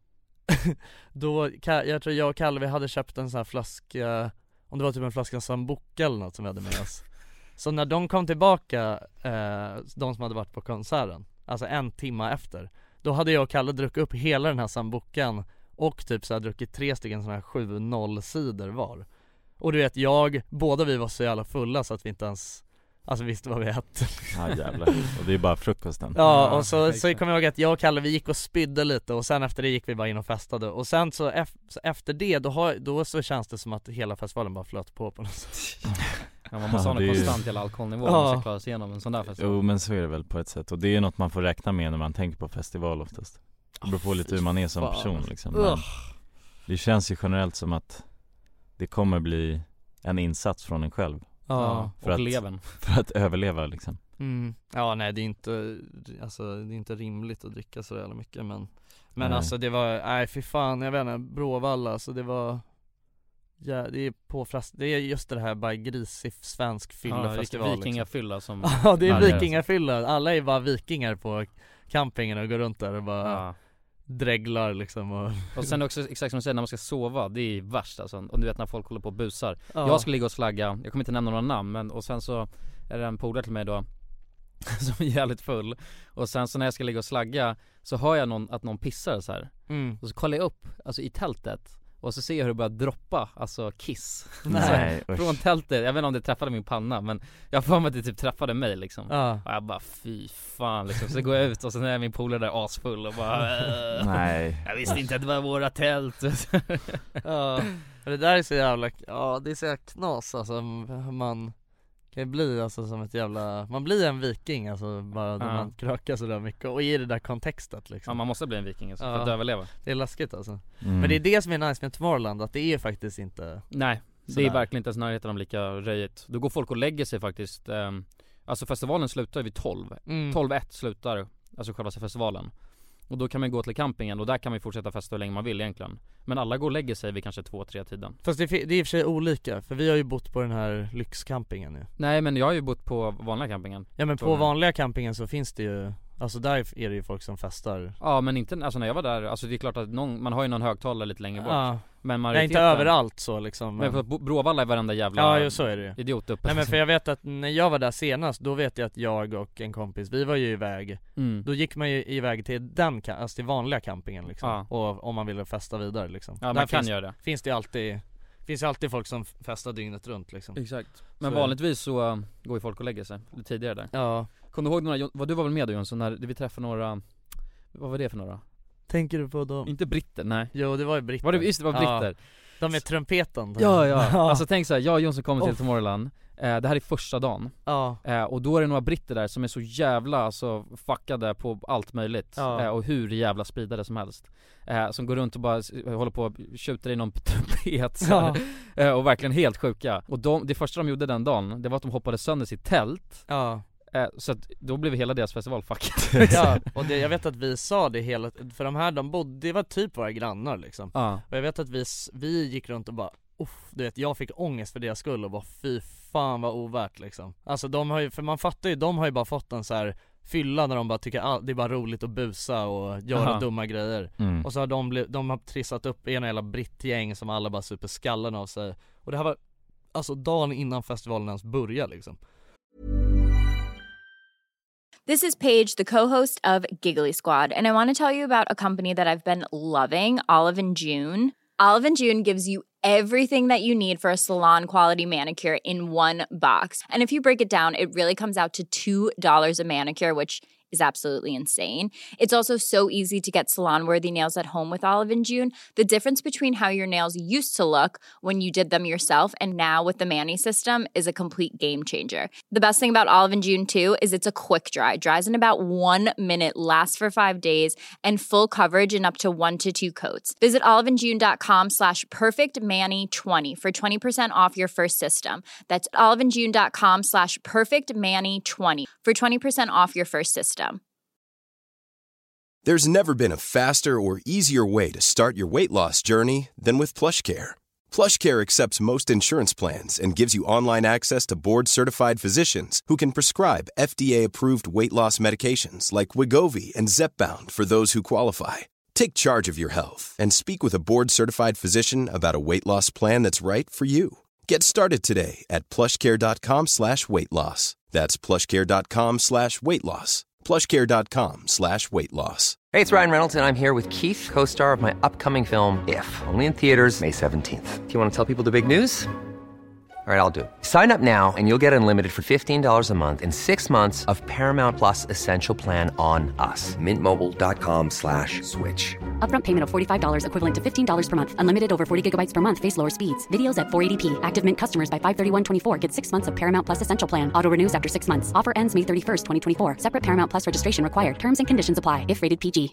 då, jag tror jag och Kalle, vi hade köpt en sån här flaska, om det var typ en flaska Sambuca eller något som vi hade med oss. Så när de kom tillbaka, de som hade varit på konserten, alltså en timme efter, då hade jag och Kalle druckit upp hela den här Sambucan och typ så här druckit 3 stycken såna här 7-0 cider var. Och du vet, båda vi var så jävla fulla så att vi inte ens visste vad vi hette. Ja jävlar, och det är bara frukosten. Ja, och så kommer jag ihåg att jag och Kalle, vi gick och spydde lite och sen efter det gick vi bara in och festade. Och sen så efter det, då så känns det som att hela festivalen bara flöt på något sätt. Ja, man måste ha en konstant jävla alkoholnivå om man ska klara sig igenom en sån där festival. Jo, men så är det väl på ett sätt. Och det är något man får räkna med när man tänker på festival oftast. Det beror på lite hur man är som person liksom. Men det känns ju generellt som att det kommer bli en insats från en själv. Ja, för att överleva liksom. Ja, nej, det är inte rimligt att dricka så jävla mycket, men alltså det var, nej fy fan, jag vet inte, Bråvalla, alltså det var, ja, det är just det här bara grisig svensk fyllefestival. Ja, vikingafylla som... Ja, det är vikingafylla, alla är bara vikingar på campingen och går runt där och bara dreglar liksom och sen också, exakt som du säger, när man ska sova, det är värst alltså. Och du vet när folk håller på och busar. Jag skulle ligga och slagga, jag kommer inte nämna några namn, men och sen så är det en polare till mig då som är jävligt full. Och sen så när jag ska ligga och slagga så hör jag att någon pissar så här. Och så kollar jag upp, alltså i tältet, och så ser jag hur det börjar droppa, alltså kiss. Nej, från tältet, jag vet inte om det träffade min panna, men jag får mig att det typ träffade mig liksom. Och jag bara, fy fan liksom. Så går jag ut och så är min polare där asfull och bara Nej. Jag visste inte att det var våra tält. Det där är så jävla, det är så jävla knas alltså. Man kan ju bli alltså som ett jävla, man blir en viking alltså bara när man krökar så där mycket och i det där kontextet liksom. Ja, man måste bli en viking alltså, för att överleva. Det är läskigt alltså. Men det är det som är nice med Tomorrowland, att det är ju faktiskt inte. Nej, det är verkligen inte ens närheten om lika röjigt. Då går folk och lägger sig faktiskt. Alltså festivalen slutar vid 12. 12:01 slutar alltså själva festivalen. Och då kan man gå till campingen och där kan man fortsätta festa hur länge man vill egentligen. Men alla går och lägger sig vid kanske 2-3 tiden. Fast det är i och för sig olika, för vi har ju bott på den här lyxcampingen nu. Nej, men jag har ju bott på vanliga campingen. Ja, men på vanliga campingen så finns det ju, alltså där är det ju folk som festar. Ja, men inte, alltså när jag var där, alltså det är klart att man har ju någon högtalare lite längre bort. Men man är inte överallt så liksom. Men på Bråvalla är varenda jävla så är det ju. Idiot uppe. Nej, men för jag vet att när jag var där senast, då vet jag att jag och en kompis, vi var ju iväg. Då gick man ju iväg till alltså till vanliga campingen liksom. Och om man ville festa vidare liksom. Ja, man kan göra det. Finns det alltid folk som festar dygnet runt liksom. Exakt. Men så vanligtvis så går ju folk och lägger sig lite tidigare där. Ja. Kommer du ihåg några, du var väl med då Jonsson, när vi träffade några, vad var det för några? Tänker du på dem? Inte britter, nej. Jo, det var ju britter. Var det, just det var britter. De är trumpeten. Ja. Alltså tänk så här, jag och Jonsson kommer till Tomorrowland. Det här är första dagen. Och då är det några britter där som är så jävla alltså, fuckade på allt möjligt. Och hur jävla speedade som helst. Som går runt och bara håller på och skjuter i någon trumpet. Och verkligen helt sjuka. Och det första de gjorde den dagen, det var att de hoppade sönder sitt tält. Så att då blev hela deras festival fuckad. Ja, och jag vet att vi sa det hela, för de här, det var typ våra grannar liksom. Och jag vet att vi gick runt och bara, du vet, jag fick ångest för deras skull och bara, fy fan vad ovärt liksom. Alltså de har ju, för man fattar ju, de har ju bara fått en så här fylla när de bara tycker det är bara roligt att busa och göra dumma grejer. Och så har de har trissat upp en hela brittgäng som alla bara super skallen av sig. Och det här var alltså dagen innan festivalen ens började liksom. This is Paige, the co-host of Giggly Squad, and I want to tell you about a company that I've been loving, Olive & June. Olive & June gives you everything that you need for a salon-quality manicure in one box. And if you break it down, it really comes out to $2 a manicure, which is absolutely insane. It's also so easy to get salon-worthy nails at home with Olive & June. The difference between how your nails used to look when you did them yourself and now with the Mani system is a complete game changer. The best thing about Olive & June too is it's a quick dry. Dries in about 1 minute, lasts for 5 days, and full coverage in up to 1 to 2 coats. Visit oliveandjune.com/perfectmani20 for 20% off your first system. That's oliveandjune.com/perfectmani20 for 20% off your first system. There's never been a faster or easier way to start your weight loss journey than with PlushCare. PlushCare accepts most insurance plans and gives you online access to board-certified physicians who can prescribe FDA-approved weight loss medications like Wegovy and Zepbound for those who qualify. Take charge of your health and speak with a board-certified physician about a weight loss plan that's right for you. Get started today at plushcare.com/weightloss. That's plushcare.com/weightloss. plushcare.com/weightloss. Hey, it's Ryan Reynolds, and I'm here with Keith, co-star of my upcoming film, If, only in theaters May 17th. Do you want to tell people the big news? All right, I'll do it. Sign up now and you'll get unlimited for $15 a month and 6 months of Paramount Plus Essential Plan on us. Mintmobile.com/switch. Upfront payment of $45 equivalent to $15 per month. Unlimited over 40 gigabytes per month. Face lower speeds. Videos at 480p. Active Mint customers by 531.24 get 6 months of Paramount Plus Essential Plan. Auto renews after 6 months. Offer ends May 31st, 2024. Separate Paramount Plus registration required. Terms and conditions apply if rated PG.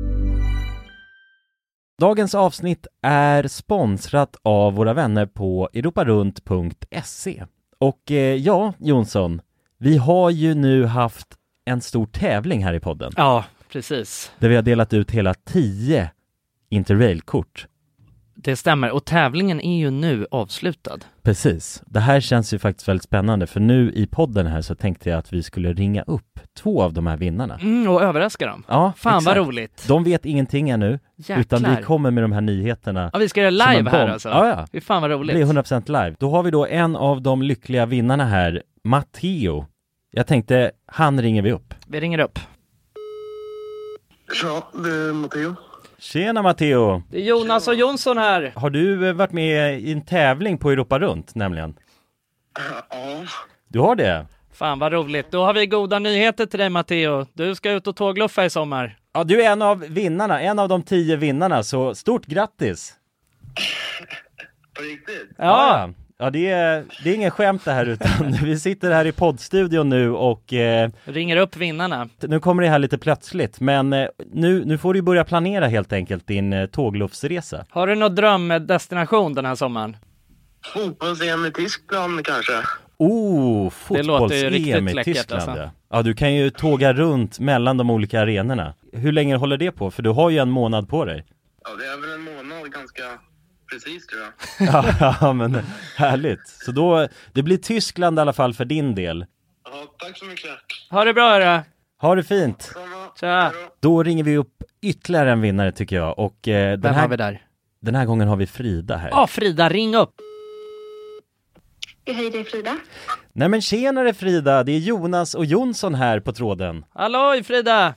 Dagens avsnitt är sponsrat av våra vänner på europarunt.se. Och ja, Jonsson, vi har ju nu haft en stor tävling här i podden. Ja, precis. Där vi har delat ut hela 10 Interrail-kort. Det stämmer, och tävlingen är ju nu avslutad. Precis. Det här känns ju faktiskt väldigt spännande, för nu i podden här så tänkte jag att vi skulle ringa upp 2 av de här vinnarna. Och överraska dem. Ja, fan exakt. Vad roligt. De vet ingenting ännu. Jäklar. Utan vi kommer med de här nyheterna. Ja, vi ska göra live här alltså. Ja. Fy fan vad roligt. Det blir 100% live. Då har vi då en av de lyckliga vinnarna här, Matteo. Jag tänkte, han ringer vi upp. Vi ringer upp. Ja, det är Matteo. Tjena Matteo! Det är Jonas och Jonsson här. Har du varit med i en tävling på Europa runt nämligen? Ja. Du har det? Fan vad roligt. Då har vi goda nyheter till dig Matteo. Du ska ut och tågluffa i sommar. Ja, du är en av vinnarna, en av de 10 vinnarna, så stort grattis! På riktigt? Ja. Ja, det är ingen skämt det här, utan vi sitter här i poddstudion nu och ringer upp vinnarna. Nu kommer det här lite plötsligt, men nu får du börja planera helt enkelt din tågluffsresa. Har du någon drömdestination den här sommaren? Fotbolls-EM i Tyskland kanske. Fotbolls-EM i Tyskland. Alltså. Ja, du kan ju tåga runt mellan de olika arenorna. Hur länge håller det på? För du har ju en månad på dig. Ja, det är väl en månad ganska precis tror jag. Ja, men härligt. Så då, det blir Tyskland i alla fall för din del. Ja, tack så mycket. Ha det bra hörru. Ha det fint. Tja. Då ringer vi upp ytterligare en vinnare tycker jag. Och vem har vi där? Den här gången har vi Frida här. Ja, Frida, ring upp. Hej, det är Frida. Nej men tjenare Frida, det är Jonas och Jonsson här på tråden. Halloj Frida!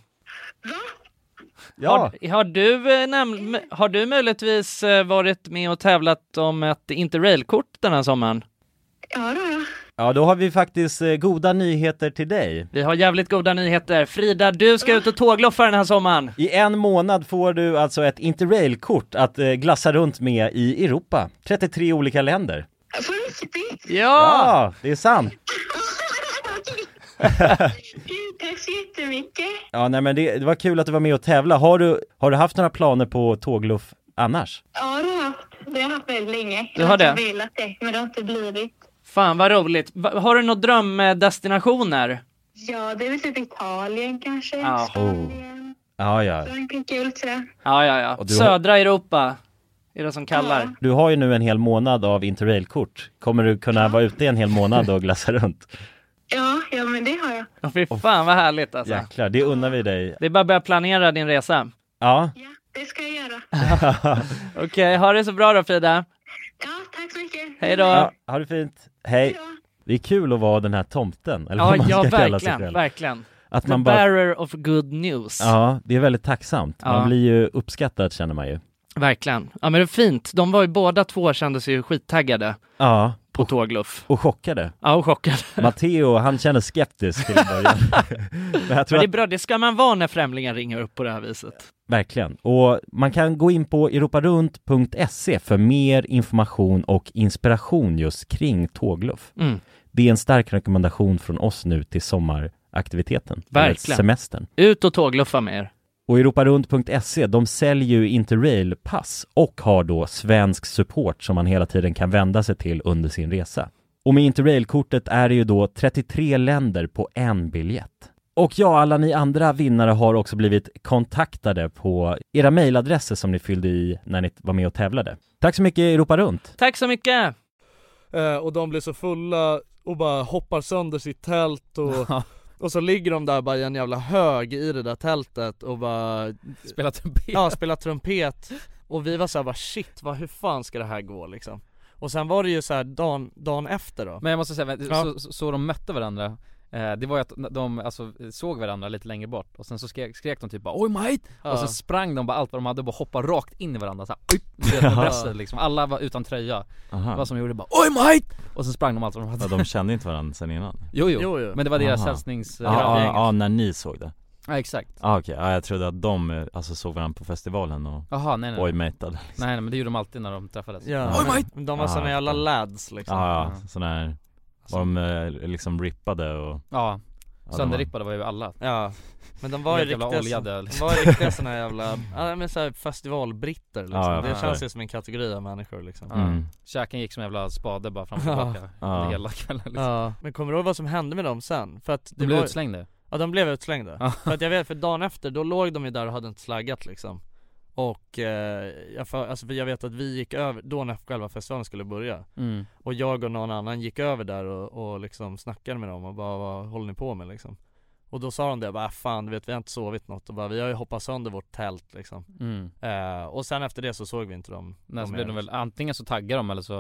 Ja. Har du möjligtvis varit med och tävlat om ett Interrail-kort den här sommaren? Ja, då. Ja, då har vi faktiskt goda nyheter till dig. Vi har jävligt goda nyheter. Frida, du ska ut och tågluffa den här sommaren. I en månad får du alltså ett Interrail-kort att glassa runt med i Europa. 33 olika länder. Ja, det är sant. Tack så jättemycket. Ja, nej men det var kul att du var med och tävla. Har du haft några planer på tågluff annars? Ja, det har jag haft. Det har jag haft väldigt länge. Du har det? Jag har velat det, men det har inte blivit. Fan vad roligt. Har du några drömdestinationer? Ja, det är väl typ Italien kanske. Ja. Spanien. Ja. Kul sådär. Ja. Södra Europa är det som kallar. Du har ju nu en hel månad av Interrail-kort. Kommer du kunna vara ute en hel månad och glassa runt? Ja, men det har jag. Ja, fy fan vad härligt alltså. Jäklar, det unnar vi dig. Det är bara att börja planera din resa. Ja. Ja, det ska jag göra. Okej, ha det så bra då Frida. Ja, tack så mycket. Hej då. Ja, ha det fint. Hej. Det är kul att vara den här tomten. Eller vad man ska kalla sig själv. Verkligen. Att The man bara... bearer of good news. Ja, det är väldigt tacksamt. Man blir ju uppskattad känner man ju. Verkligen. Ja, men det är fint. De var ju båda två kände sig ju skittaggade. Ja. På tågluff. Och chockade. Ja, och chockade. Matteo, han känner skeptisk till början. Men det är bra, det ska man vara när främlingar ringer upp på det här viset. Verkligen. Och man kan gå in på europarunt.se för mer information och inspiration just kring tågluff. Det är en stark rekommendation från oss nu till sommaraktiviteten. Verkligen. Semestern. Ut och tågluffa med er. Och europarunt.se, de säljer ju Interrail-pass och har då svensk support som man hela tiden kan vända sig till under sin resa. Och med Interrail-kortet är det ju då 33 länder på en biljett. Och ja, alla ni andra vinnare har också blivit kontaktade på era mejladresser som ni fyllde i när ni var med och tävlade. Tack så mycket Europa Runt! Tack så mycket! Och de blir så fulla och bara hoppar sönder sitt tält och så ligger de där bara i en jävla hög i det där tältet och bara spelar trumpet. Ja, spelar trumpet. Och vi var så här bara shit, hur fan ska det här gå liksom? Och sen var det ju så här dagen efter då. Men jag måste säga, så de mötte varandra. Det var ju att de alltså såg varandra lite längre bort. Och sen så skrek de typ bara oj mate! Och så sprang de bara allt vad de hade och bara hoppade rakt in i varandra så här, bröstet, liksom. Alla var utan tröja. Vad som gjorde bara oj mate! Och så sprang de allt vad de hade. Ja, de kände inte varandra sen innan. Jo. Men det var deras hälsnings... Ja, när ni såg det. Ja, exakt. Okej. Ja, jag trodde att de alltså såg varandra på festivalen och oj-matade. Nej, men det gjorde de alltid när de träffades. Ja. Oj mate! De var såna jävla lads liksom. Ja, såna här var de liksom rippade och... Ja, sönderrippade var ju alla. Ja, men de var ju riktiga såna här jävla men så här festivalbritter liksom. Ja, det känns ju som en kategori av människor liksom. Käken gick som en jävla spade bara fram och tillbaka hela kvällen liksom. Ja, men kommer du ihåg vad som hände med dem sen? För att de blev utslängda. Ja, de blev utslängda. För att jag vet, för dagen efter då låg de ju där och hade inte slaggat liksom. Och jag vet att vi gick över då när själva festivalen skulle börja. Och jag och någon annan gick över där och liksom snackade med dem och bara vad håller ni på med liksom. Och då sa de det bara fan, du vet, vi har inte sovit något och bara vi har ju hoppat sönder vårt tält liksom. Och sen efter det så såg vi inte dem. Nej, så blev de väl antingen så taggade de eller så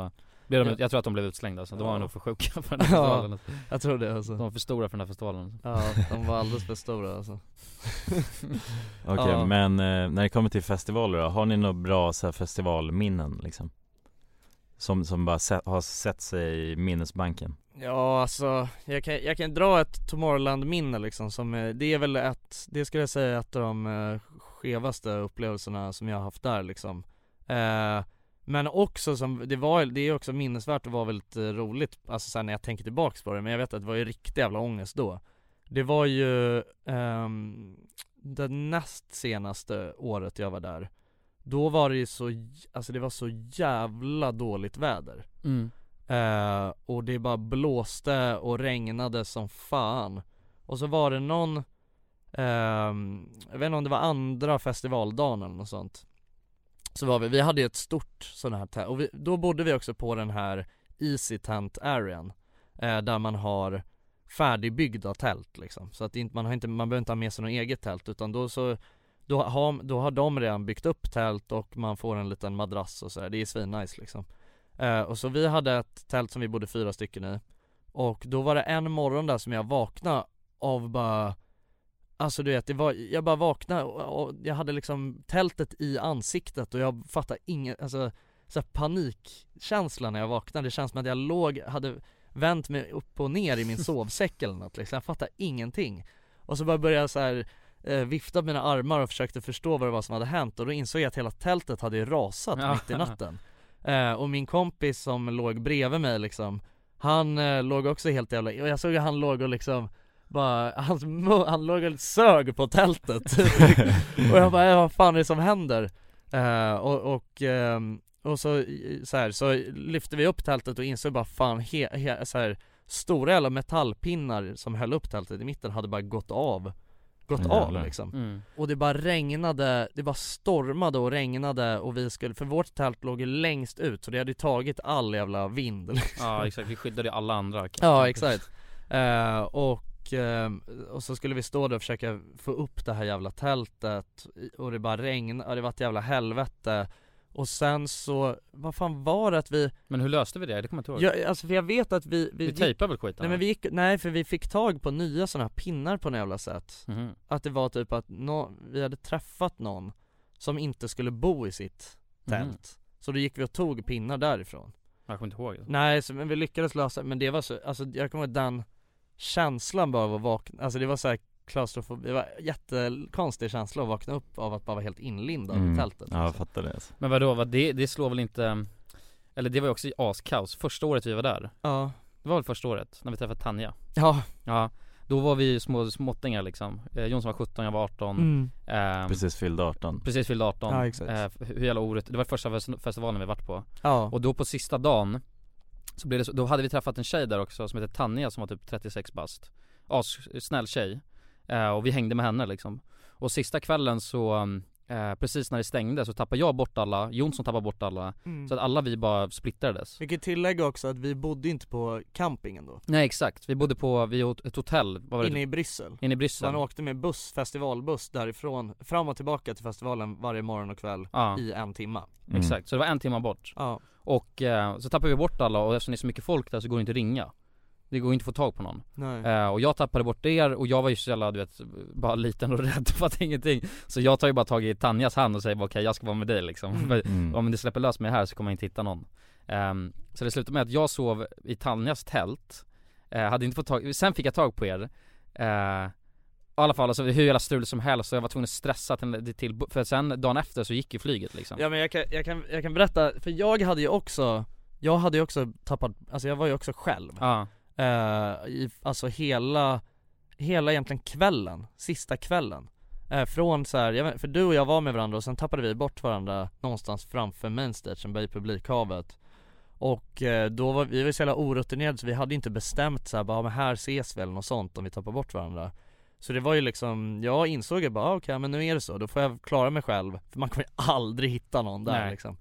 Jag tror att de blev utslängda, så de var nog för sjuka för den här festivalen. Jag tror det alltså. De var för stora för den här festivalen. Ja, de var alldeles för stora alltså. Okej, men när det kommer till festivaler då, har ni några bra så här, festivalminnen liksom? Som bara har sett sig i minnesbanken? Ja, alltså jag kan dra ett Tomorrowland-minne liksom, som det är väl det skulle jag säga ett av de skevaste upplevelserna som jag har haft där liksom. Men också det är också minnesvärt och var väldigt roligt, alltså sen när jag tänker tillbaks på det, men jag vet att det var ju riktigt jävla ångest då. Det var ju det näst senaste året jag var där. Då var det ju det var så jävla dåligt väder. Och det bara blåste och regnade som fan. Och så var det någon jag vet inte om det var andra festivaldagen eller något sånt. Så var vi hade ett stort sån här tält, och då bodde vi också på den här Easy Tent arean, där man har färdigbyggda tält liksom. Så att man behöver inte ha med sig något eget tält, utan då har de redan byggt upp tält och man får en liten madrass och så där. Det är svinnice liksom. Och så vi hade ett tält som vi bodde 4 stycken i. Och då var det en morgon där som jag vaknade av bara, alltså du vet, jag bara vaknade och jag hade liksom tältet i ansiktet och jag fattade alltså så här panikkänsla när jag vaknade. Det känns som att jag hade vänt mig upp och ner i min sovsäck eller något liksom. Jag fattade ingenting. Och så bara började jag så här vifta mina armar och försökte förstå vad det var som hade hänt, och då insåg jag att hela tältet hade rasat mitt i natten. Och min kompis som låg bredvid mig liksom, han låg också helt jävla, och jag såg att han låg och liksom bara, han låg och sög på tältet. Och jag bara, vad fan är det som händer? Och så lyfte vi upp tältet och insåg bara, fan så här stora jävla metallpinnar som höll upp tältet i mitten hade bara gått av liksom. Och det bara regnade, det bara stormade och regnade, och för vårt tält låg längst ut, så det hade tagit all jävla vind liksom. Ja exakt, vi skyddade alla andra. Ja exakt. Och så skulle vi stå där och försöka få upp det här jävla tältet, och det bara regnade, och det var ett jävla helvete. Och sen så, vad fan var det att vi... Men hur löste vi det? Det kommer jag inte ihåg. Ja, alltså för jag vet att vi tejpade väl skiten? Nej, för vi fick tag på nya sådana här pinnar på något jävla sätt. Att det var typ att vi hade träffat någon som inte skulle bo i sitt tält. Så då gick vi och tog pinnar därifrån. Jag kommer inte ihåg det. Nej, men vi lyckades lösa, men det var så, alltså jag kommer ihåg den känslan bara av att vakna, alltså det var så här klaustrofobi, det var jättekonstig känsla att vakna upp av att bara vara helt inlindad i tältet. Ja, jag fattar det alltså. Men vadå, det slår väl inte, eller det var ju också askaos första året vi var där. Ja. Det var väl första året när vi träffade Tanja. Ja. Då var vi småttingar liksom. Jonsson var 17, jag var 18. Precis fyllde 18. Ja, exakt. Hur jävla orätt. Det var första festivalen vi varit på. Ja. Och då på sista dagen så blev det då hade vi träffat en tjej där också som heter Tanja, som var typ 36 bast. Snäll tjej. Och vi hängde med henne liksom. Och sista kvällen så precis när det stängde så tappade jag bort alla, Jonsson tappade bort alla. Så att alla vi bara splittrades. Vi kan tillägga också att vi bodde inte på campingen då. Nej exakt, vi bodde på ett hotell. Inne i Bryssel. Man åkte med festivalbuss därifrån fram och tillbaka till festivalen varje morgon och kväll i 1 timme. Exakt, så det var 1 timme bort. Och så tappade vi bort alla, och eftersom det är så mycket folk där så går det inte att ringa. Det går inte att få tag på någon. Och jag tappade bort er, och jag var ju så jävla, du vet, bara liten och rädd för att ingenting. Så jag tar ju bara tag i Tanjas hand och säger okej, jag ska vara med dig liksom. Om det släpper lös mig här så kommer jag inte hitta någon. Så det slutade med att jag sov i Tanjas tält. Hade inte fått tag, sen fick jag tag på er. I alla fall, alltså hur jävla strul som helst, så jag var tvungen att stressa till, för sen dagen efter så gick ju flyget liksom. Ja, men jag kan berätta, för jag hade ju också tappat, alltså jag var ju också själv. Alltså hela egentligen kvällen, sista kvällen, från så här, för du och jag var med varandra och sen tappade vi bort varandra någonstans framför mainstagen i publikhavet. Och då var vi så jävla orutinerade, så vi hade inte bestämt så här, bara, men här ses vi eller något sånt om vi tappar bort varandra. Så det var ju liksom, jag insåg ju bara okej, men nu är det så, då får jag klara mig själv, för man kommer aldrig hitta någon där. liksom.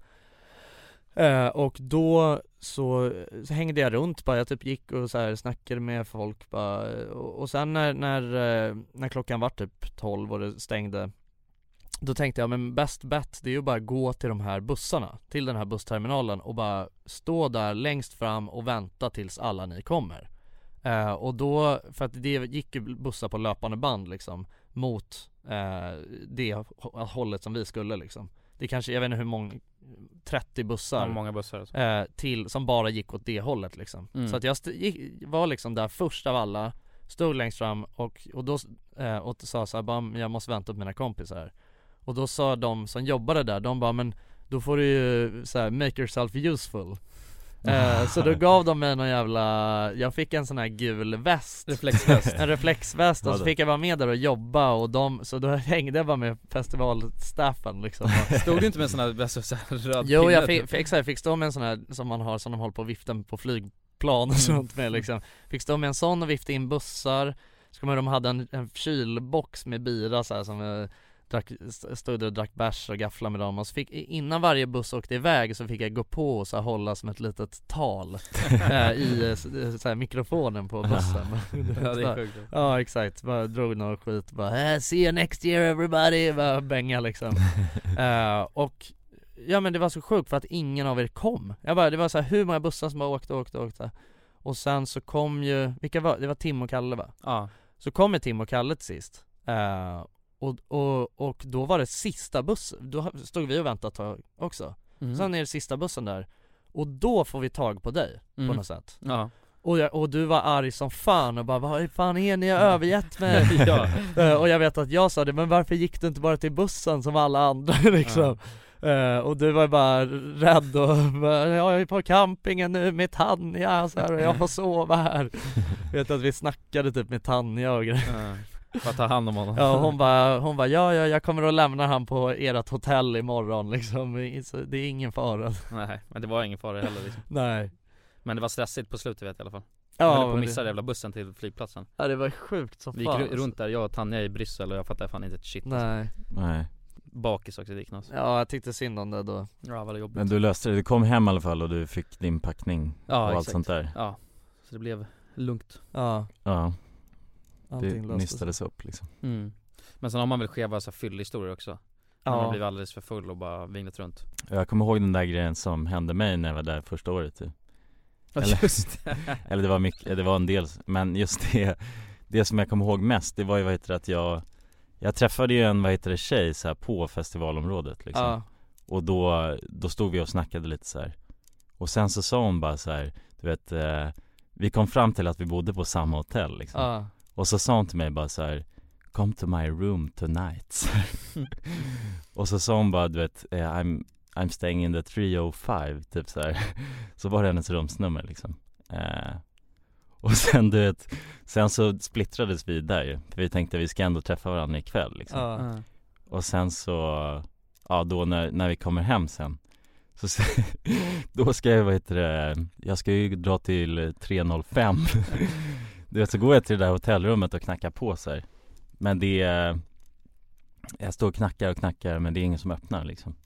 Och då så hängde jag runt bara, jag typ gick och så här snackade med folk bara, och sen när klockan var typ 12 och det stängde, då tänkte jag, men best bet, det är ju bara gå till de här bussarna, till den här bussterminalen och bara stå där längst fram och vänta tills alla ni kommer. Och då, för att det gick ju bussar på löpande band liksom mot det hållet som vi skulle liksom. Det kanske, jag vet inte hur många, 30 bussar, många bussar alltså. Till, som bara gick åt det hållet liksom. Så att jag var liksom där först av alla, stod längst fram och då och sa så här, bara, jag måste vänta på mina kompisar. Och då sa de som jobbade där, de bara, men då får du ju så här, make yourself useful. Så då gav de mig någon jävla, jag fick en sån här gul väst, en reflexväst, och så fick jag vara med där och jobba, och så då hängde jag bara med festivalstaffen liksom. Stod du inte med en sån här röd? Jo, jag fick stå med en sån här som man har, som de håller på viften på flygplan och sånt med liksom. Fick stå med en sån och vifta in bussar. Så kommer de hade en kylbox med bira så här, som stod och drack bärs och gaffla med dem, och så innan varje buss åkte iväg så fick jag gå på och så här, hålla som ett litet tal i så här, mikrofonen på bussen. Ja, det är sjukt. Ja, exakt, bara drog någon skit, bara see you next year everybody, bara bänga liksom. Och ja, men det var så sjukt för att ingen av er kom. Det var så här, hur många bussar som bara åkte. Och sen så kom ju, det var Tim och Kalle, va? Ja. Så kom Tim och Kalle till sist. Och då var det sista bussen. Då stod vi och väntade ett tag också. Sen är det sista bussen där. Och då får vi tag på dig på något sätt. Ja. Och du var arg som fan och bara, vad fan är ni, övergett mig? Ja. Och jag vet att jag sa det, men varför gick du inte bara till bussen som alla andra liksom? Och du var bara rädd och bara, jag är på campingen nu med Tanja så här, och jag får sova här. Jag vet att vi snackade typ med Tanja och grejer. Bara ta hand om honom. Ja, hon bara ja, jag kommer att lämna han på ert hotell imorgon liksom. Det är ingen fara. Nej, men det var ingen fara heller liksom. Nej. Men det var stressigt på slutet, vet jag i alla fall. Ja, jag höll på att missa den jävla bussen till flygplatsen. Ja, det var sjukt som fan. Vi gick runt där, jag och Tanja i Bryssel, och jag fattade fan inte ett shit. Nej. Nej. Bakis också, det gick något. Ja, jag tyckte synd om det då. Ja, vad jobbigt. Men du löste det, du kom hem i alla fall och du fick din packning och allt sånt där. Ja, så det blev lugnt. Ja. Det nystades upp liksom. Men sen har man väl skeva så fyllhistorier också. Man har blivit alldeles för full och bara vingat runt. Jag kommer ihåg den där grejen som hände mig när jag var där första året typ. Eller det var mycket, det var en del, men just det som jag kommer ihåg mest, det var ju att jag träffade ju en tjej så här på festivalområdet liksom. Och då stod vi och snackade lite så här. Och sen så sa hon bara så här, du vet, vi kom fram till att vi bodde på samma hotell liksom. Och så sa hon till mig bara så här, come to my room tonight. Och så sa hon bara, du vet, I'm staying in the 305 typ så här. Så var det hennes rumsnummer liksom. Och sen du vet, sen så splittrades vi där ju, för vi tänkte vi ska ändå träffa varandra ikväll liksom. Och sen så då när vi kommer hem sen så då ska jag jag ska ju dra till 305. Du vet, så går jag till det där hotellrummet och knackar på så här. Men jag står och knackar, men det är ingen som öppnar liksom.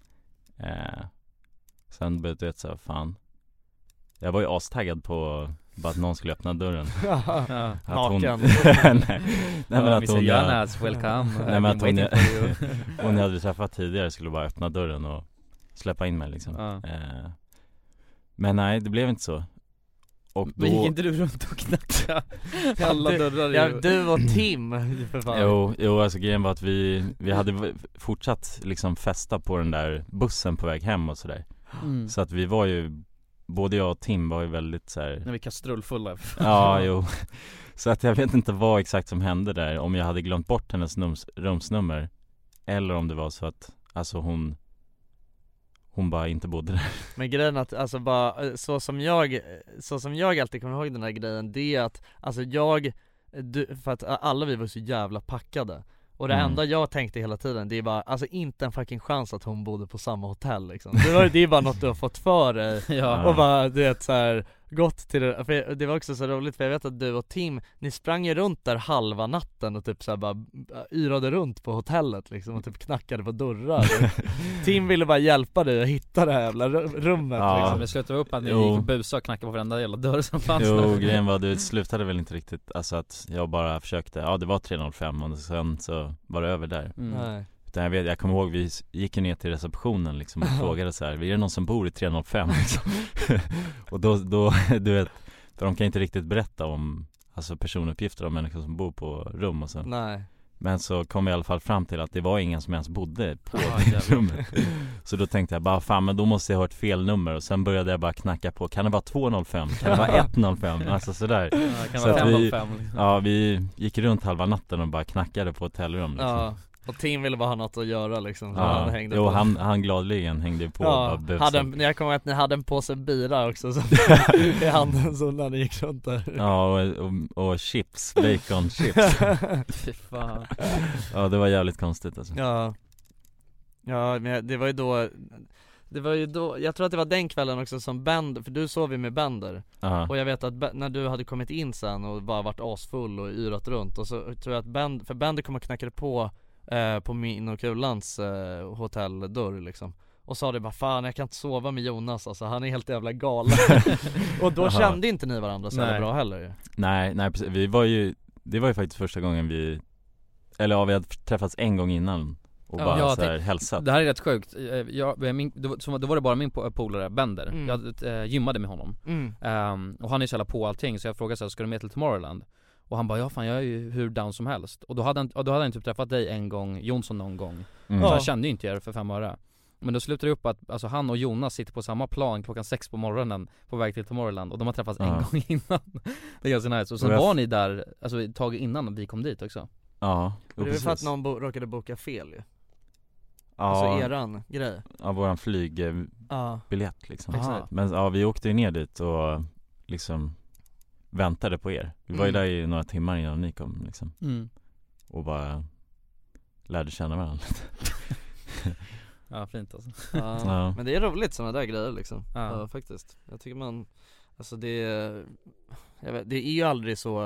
Sen började jag så här, fan. Jag var ju astaggad på bara att någon skulle öppna dörren. Naken. Nej, men att hon welcome. Nej, men att hon jag hade träffat tidigare skulle bara öppna dörren och släppa in mig liksom. Men nej, det blev inte så. Och då... Men gick inte du runt och knackade alla dörrar? Ja, du och Tim för fan. Jo, alltså grejen var att vi hade fortsatt liksom festa på den där bussen på väg hem och sådär. Så att vi var ju, både jag och Tim var ju väldigt så här. När vi kastrullfulla. Ja, jo. Så att jag vet inte vad exakt som hände där. Om jag hade glömt bort hennes rumsnummer, eller om det var så att alltså hon bara inte bodde där. Men grejen att alltså bara så som jag alltid kommer ihåg den här grejen, det är att alltså för att alla vi var så jävla packade. Och det enda jag tänkte hela tiden, det är bara, alltså inte en fucking chans att hon bodde på samma hotell liksom. Det är bara något du har fått för dig. Och bara, du vet så här, gått till det. För det var också så roligt, för jag vet att du och Tim, ni sprang ju runt där halva natten och typ så här bara yrade runt på hotellet liksom, och typ knackade på dörrar. Tim ville bara hjälpa dig att hitta det här jävla rummet liksom. Det slutade upp att ni gick och busade och knackade på varenda jävla dörr som fanns. Grejen var, det slutade väl inte riktigt, alltså att jag bara försökte, det var 305 och sen så var det över där. utan jag kommer ihåg vi gick ner till receptionen liksom och frågade så här: är det någon som bor i 305 liksom? Och då du vet, för de kan inte riktigt berätta om alltså personuppgifter om människor som bor på rum och så. Nej. Men så kom vi i alla fall fram till att det var ingen som ens bodde på rummet. Så då tänkte jag bara, fan, men då måste jag ha ett fel nummer. Och sen började jag bara knacka på, kan det vara 205? Kan det vara 105? Alltså sådär. Kan Så vara att 505 liksom. vi gick runt halva natten och bara knackade på hotellrum liksom. Ja, och Tim ville bara ha något att göra liksom. Så Ja, han hängde jo, på. han gladligen hängde på och bara busade. Jag kommer ihåg att ni hade en påse bira också så i handen så när ni gick runt där. Ja, och chips, bacon chips. Fy fan. Ja, det var jävligt konstigt alltså. Ja, men det var ju då, jag tror att det var den kvällen också som Bender, för du sov ju med Bender. Och jag vet att när du hade kommit in sen och bara varit asfull och yrat runt, och så tror jag att Bender kom och knackade på min och Kulans hotelldörr liksom. Och sa det bara, fan jag kan inte sova med Jonas, alltså han är helt jävla galen. Och då kände inte ni varandra så bra heller ju. Nej precis. Det var ju faktiskt första gången vi hade träffats en gång innan och bara så här hälsat. Det här är rätt sjukt. Då var det bara min polare Bender. Jag gymmade med honom. Och han är så jävla på allting, så jag frågade så här, ska du med till Tomorrowland? Och han bara, ja fan jag är ju hur down som helst. Och då hade han typ träffat dig en gång, Jonsson någon gång. Så han kände ju inte er för 5 öre. Men då slutade det upp att alltså, han och Jonas sitter på samma plan klockan 6 på morgonen på väg till Tomorrowland. Och de har träffats en gång innan. Det är ganska nice. Och sen var ni där alltså, ett tag innan vi kom dit också. Ja, och det är för att någon råkade boka fel ju. Ja, alltså eran grej. Ja, våran flygbiljett liksom. Exakt. Men vi åkte ju ner dit och liksom väntade på er. Vi var ju där i några timmar innan ni kom liksom. Och bara lärde känna varandra lite. Ja, fint alltså. Ja. Men det är roligt sådana där grejer liksom. Ja, faktiskt. Jag tycker man, alltså det är ju aldrig så,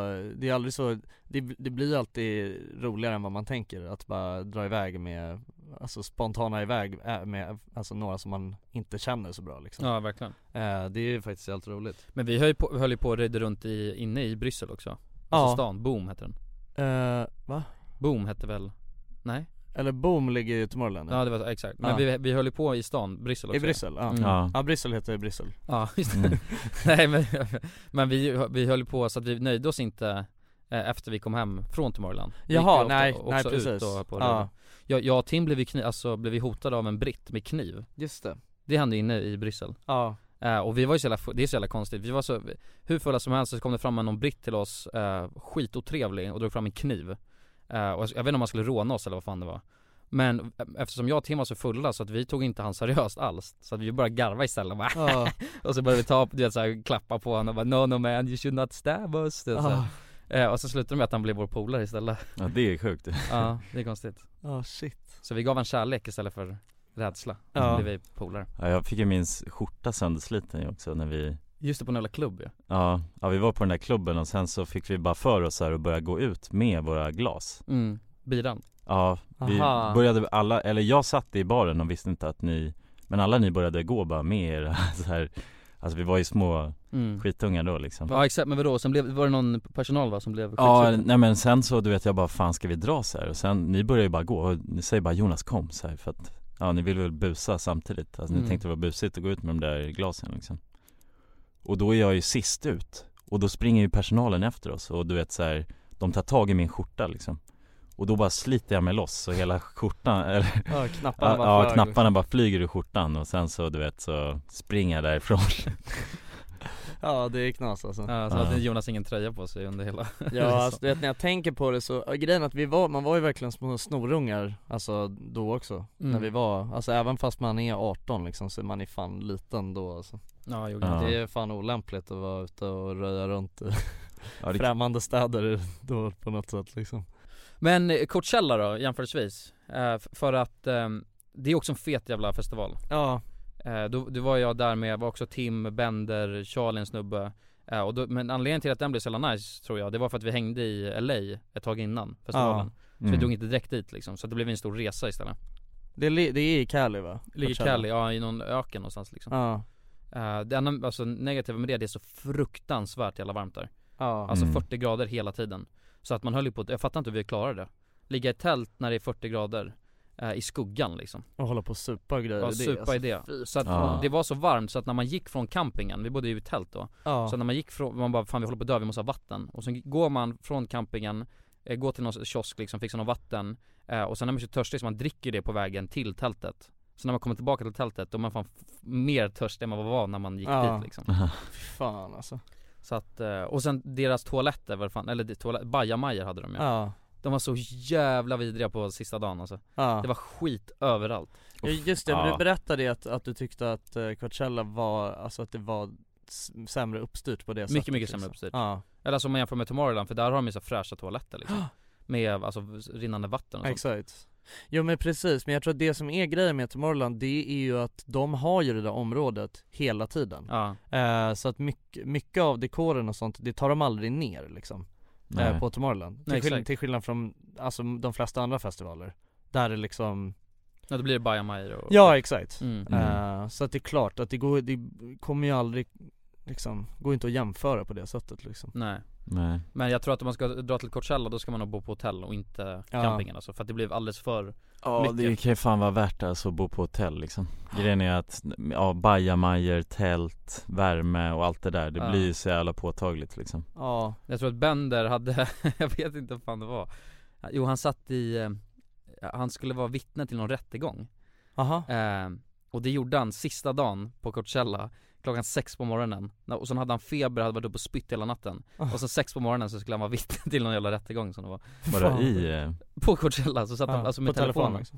det blir alltid roligare än vad man tänker att bara dra iväg med, alltså spontana iväg med alltså några som man inte känner så bra liksom. Ja, verkligen. Det är ju faktiskt helt roligt. Men vi höll ju på att rida runt inne i Bryssel också. Alltså stan, Boom heter den. Va? Boom hette väl? Nej? Eller Boom ligger i Tomorrowland. Ja, det var exakt. Men vi höll ju på i stan, Bryssel också. I Bryssel, ja, Bryssel heter Bryssel. Ja, just det. Nej, men vi höll på så att vi nöjde oss inte efter vi kom hem från Tomorrowland. Jaha, nej precis. Jag och Tim blev hotade av en britt med kniv. Just det. Det hände inne i Bryssel. Ja. Och vi var ju det är så jävla konstigt. Vi var så hur fulla som helst, så kom det fram någon britt till oss, skitotrevlig, och drog fram en kniv. Och jag vet inte om man skulle råna oss eller vad fan det var. Men eftersom jag och Tim var så fulla så att vi tog inte han seriöst alls, så att vi bara garva istället bara. Och så började vi ta, du vet, så här, klappa på honom och bara, no man, you should not stab us. Och så slutade det med att han blev vår polare istället. Ja, det är sjukt. Ja, det är konstigt. Shit. Så vi gav en kärlek istället för rädsla. Så blev vi polare. Ja, jag fick ju min skjorta söndersliten också när vi... Just det, på en jävla klubb ja, vi var på den där klubben och sen så fick vi bara för oss här och börja gå ut med våra glas. Biran. Ja, vi började alla, eller jag satt i baren och visste inte att men alla ni började gå bara med er så här. Alltså vi var ju små skitungar då liksom. Ja, exakt, men vadå? Sen var det någon personal som blev Ja, nej men sen så, du vet, jag bara, fan ska vi dra så här? Och sen, ni började ju bara gå och ni säger bara, Jonas kom så här, för att, ja, ni vill väl busa samtidigt. Alltså ni tänkte det var busigt att gå ut med de där glasen liksom. Och då är jag ju sist ut. Och då springer ju personalen efter oss. Och du vet så här, de tar tag i min skjorta liksom. Och då bara sliter jag mig loss och hela skjortan knapparna bara flyger ur skjortan. Och sen så, du vet, så springer jag därifrån. Ja, det är knas alltså. Ja, så hade Jonas ingen tröja på sig under hela. Ja, alltså, du vet, när jag tänker på det så, grejen att man var ju verkligen små snorungar. Alltså då också, när vi var, alltså även fast man är 18 liksom, så är man fan liten då alltså. Ja, det är fan olämpligt att vara ute och röja runt i främmande städer då på något sätt liksom. Men Coachella då, jämförelsevis, för att det är också en fet jävla festival. Ja. Då var jag där med, var också Tim, Bender, Charlie, en snubbe. Men anledningen till att den blev så jävla nice, tror jag, det var för att vi hängde i LA ett tag innan festivalen. Så vi drog inte direkt dit liksom, så det blev en stor resa istället. Det är i Cali, va? Ligger i Cali, ja, i någon öken någonstans liksom. Det enda, alltså, negativa med det är så fruktansvärt jävla varmt där. Alltså 40 grader hela tiden. Så att man höll ju på, jag fattar inte hur vi klarade det. Ligga i tält när det är 40 grader i skuggan liksom. Och hålla på och supa och grejer. Ja, supa i det. Så att det var så varmt så att när man gick från campingen, vi bodde ju i tält då. Så när man gick från, man bara, fan vi håller på att dö, vi måste ha vatten. Och sen går man från campingen, går till någon kiosk liksom, fixar någon vatten. Och sen när man är så törstig så man dricker det på vägen till tältet. Så när man kommer tillbaka till tältet då är man fan mer törstig än man var när man gick dit liksom. Fan alltså. Så att, och sen deras toaletter var fan, eller bajamajor hade de ju. De var så jävla vidriga på sista dagen alltså. Det var skit överallt. Just det, men du berättade att du tyckte att Coachella var, alltså att det var sämre uppstyrt på det sättet. Mycket sämre uppstyrt. Eller alltså om man jämför med Tomorrowland, för där har de ju så fräscha toaletter liksom. Med alltså rinnande vatten och sånt. Exakt. Jo men precis, men jag tror att det som är grejen med Tomorrowland, det är ju att de har ju det där området hela tiden. Så att mycket av dekoren och sånt, det tar de aldrig ner liksom. På Tomorrowland. Till skillnad från alltså, de flesta andra festivaler. Där det liksom... Ja, då blir det bajamajor och... Ja, exakt. Så att det är klart att det kommer ju aldrig liksom, går inte att jämföra på det sättet liksom. Nej. Men jag tror att om man ska dra till Coachella då ska man nog bo på hotell och inte campingen alltså, för att det blev alldeles för mycket. Det kan ju fan vara värt alltså att bo på hotell liksom. Grejen är att bajamajor, tält, värme och allt det där, det blir ju så jävla påtagligt liksom. Jag tror att Bender hade jag vet inte vad fan det var. Jo, han satt i han skulle vara vittne till någon rättegång. Och det gjorde han sista dagen på Coachella klockan 6 på morgonen. Och sen hade han feber, hade varit uppe och spytt hela natten. Och sen 6 på morgonen så skulle han vara vittne till någon jävla rättegång som det var. På Coachella så satt han alltså med telefonen liksom.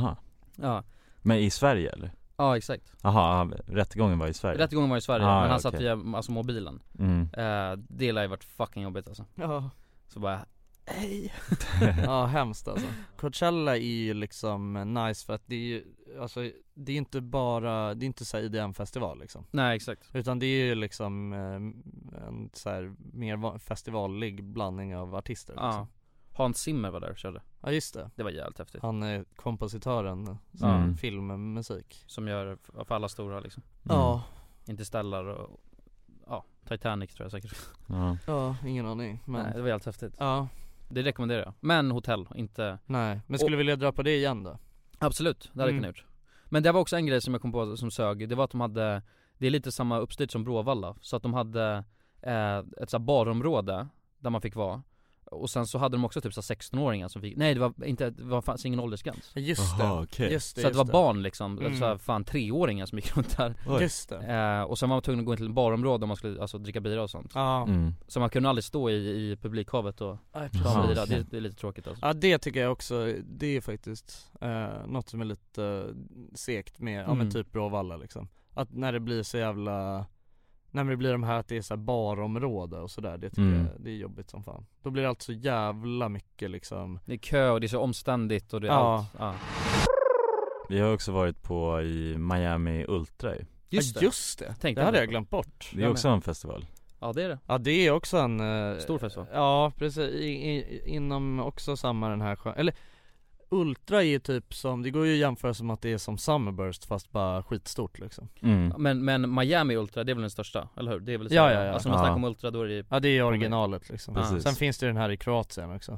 Men i Sverige eller? Ja, exakt. Rättegången var i Sverige. Rättegången var i Sverige, men han satt via alltså mobilen. Det lär ju varit fucking jobbigt alltså. Så bara hej. Hemskt alltså. Coachella är ju liksom nice för att det är ju, alltså det är inte bara, det är inte så här IDM-festival liksom. Nej, exakt. Utan det är ju liksom en så här mer festivalig blandning av artister liksom. Hans Zimmer var där och körde. Ja, just det. Det var jävligt häftigt. Han är kompositören, filmmusik. Som gör för alla stora liksom. Interstellar och Titanic tror jag säkert. Ingen aning. Men... Nej, det var jävligt häftigt. Det rekommenderar jag. Men hotell, inte... Nej, men skulle vilja dra på det igen då? Absolut, det hade jag kunnat gjort. Men det var också en grej som jag kom på som sög. Det var att de hade, det är lite samma uppstyrt som Bråvalla. Så att de hade ett så här barområde där man fick vara. Och sen så hade de också typ så 16-åringar som fick, nej det fanns ingen åldersgräns. Just det. Okay. Så att det var barn liksom, så här, fan 3-åringar som gick runt där. Just det. Och sen var man tvungen att gå in till en barområde om man skulle alltså dricka bira och sånt. Så man kunde aldrig stå i publikhavet och ta bira. Det är lite tråkigt alltså. Ja, det tycker jag också, det är faktiskt något som är lite segt med, men typ Bråvalla liksom. Att när det blir så jävla... När det blir de här att det är så här barområde och sådär, det tycker jag, det är jobbigt som fan. Då blir det allt så jävla mycket liksom. Det är kö och det är så omständigt och det är allt. Vi har också varit på i Miami Ultra ju. Just det. Det hade jag glömt bort. Det är också en festival. Ja, det är det. Ja, det är också en stor festival. Ja, precis. Inom också samma den här eller Ultra är ju typ som, det går ju att jämföra som att det är som Summerburst fast bara skitstort liksom. Men Miami Ultra, det är väl den största, eller hur? Det är väl så. Ja. Alltså när man snackar om Ultra då är det... Ja, det är originalet liksom. Sen finns det den här i Kroatien också.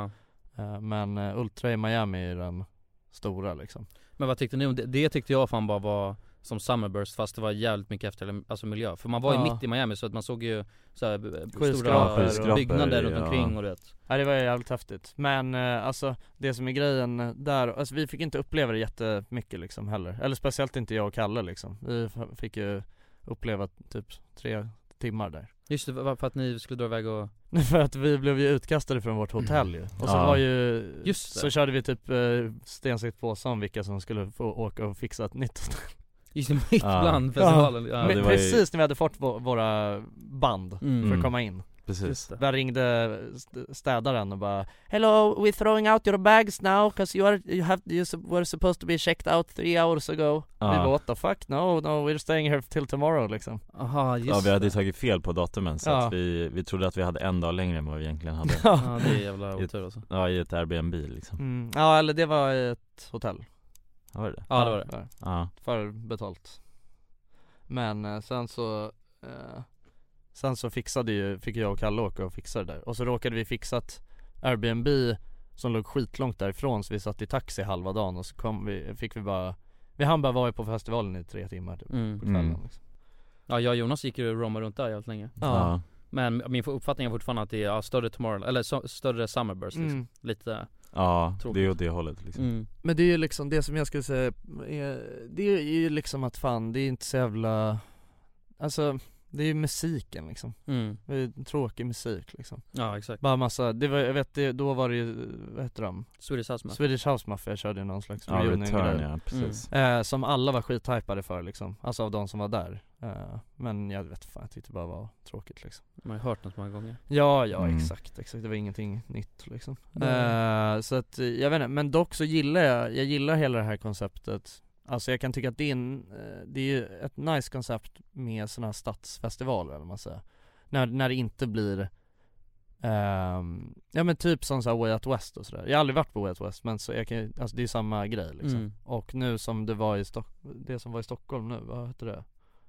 Men Ultra i Miami är den stora liksom. Men vad tyckte ni om det? Det tyckte jag fan bara var som Summerburst fast det var jävligt mycket efter alltså miljö. För man var ju mitt i Miami så att man såg ju så här, stora byggnader runt omkring och det. Ja, det var jävligt häftigt. Men alltså det som är grejen där, alltså vi fick inte uppleva det jättemycket liksom heller. Eller speciellt inte jag och Kalle liksom. Vi fick ju uppleva typ 3 timmar där. Just det, för att ni skulle dra iväg och... För att vi blev ju utkastade från vårt hotell ju. Och så var ju... Just det. Så körde vi typ stensikt på om vilka som skulle få åka och fixa ett nytt hotell. Just det, mitt bland festivalen. Ja. Men precis när vi hade fått våra band för att komma in. Precis. Där ringde städaren och bara "Hello, we're throwing out your bags now because you were supposed to be checked out 3 hours ago." Vi bara "What the fuck? No, we're staying here till tomorrow" liksom. Aha, just ja, vi hade tagit fel på datumen så att vi trodde att vi hade en dag längre än vad vi egentligen hade. Ja, det är jävla otur alltså. Ja, i ett Airbnb liksom. Ja, eller det var ett hotell. Ja, var det? Ja, det var det. Ja. För betalt. Men sen så fick jag och Kalle åka och fixa det där. Och så råkade vi fixa ett Airbnb som låg skitlångt därifrån, så vi satt i taxi halva dagen och så vi hann bara vara på festivalen i 3 timmar typ, på kvällen liksom. Ja, jag och Jonas gick ju Roma runt där jävligt länge. Ja. Men min uppfattning är fortfarande att det är större Tomorrowland, eller större Summerburst liksom. Lite tråkigt. Det är åt det hållet liksom. Men det är ju liksom det som jag skulle säga det är ju liksom att fan, det är inte så jävla, alltså det är ju musiken liksom. Det är tråkig musik liksom. Ja, exakt. Bara massa, då var det ju, vad heter de? Swedish House Mafia körde ju någon slags return, precis. Som alla var skithypade för liksom. Alltså av de som var där. Men jag vet fan, jag tyckte det bara var tråkigt liksom. Man har hört något många gånger. Ja, exakt. Det var ingenting nytt liksom. Så att, jag vet inte, men dock så jag gillar hela det här konceptet. Alltså jag kan tycka att det är ju ett nice koncept med såna här stadsfestivaler, eller man säger. När det inte blir ja men typ som så här Way Out West och sådär. Jag har aldrig varit på Way Out West, men så alltså det är samma grej liksom. Och nu som det var det som var i Stockholm nu, vad heter det?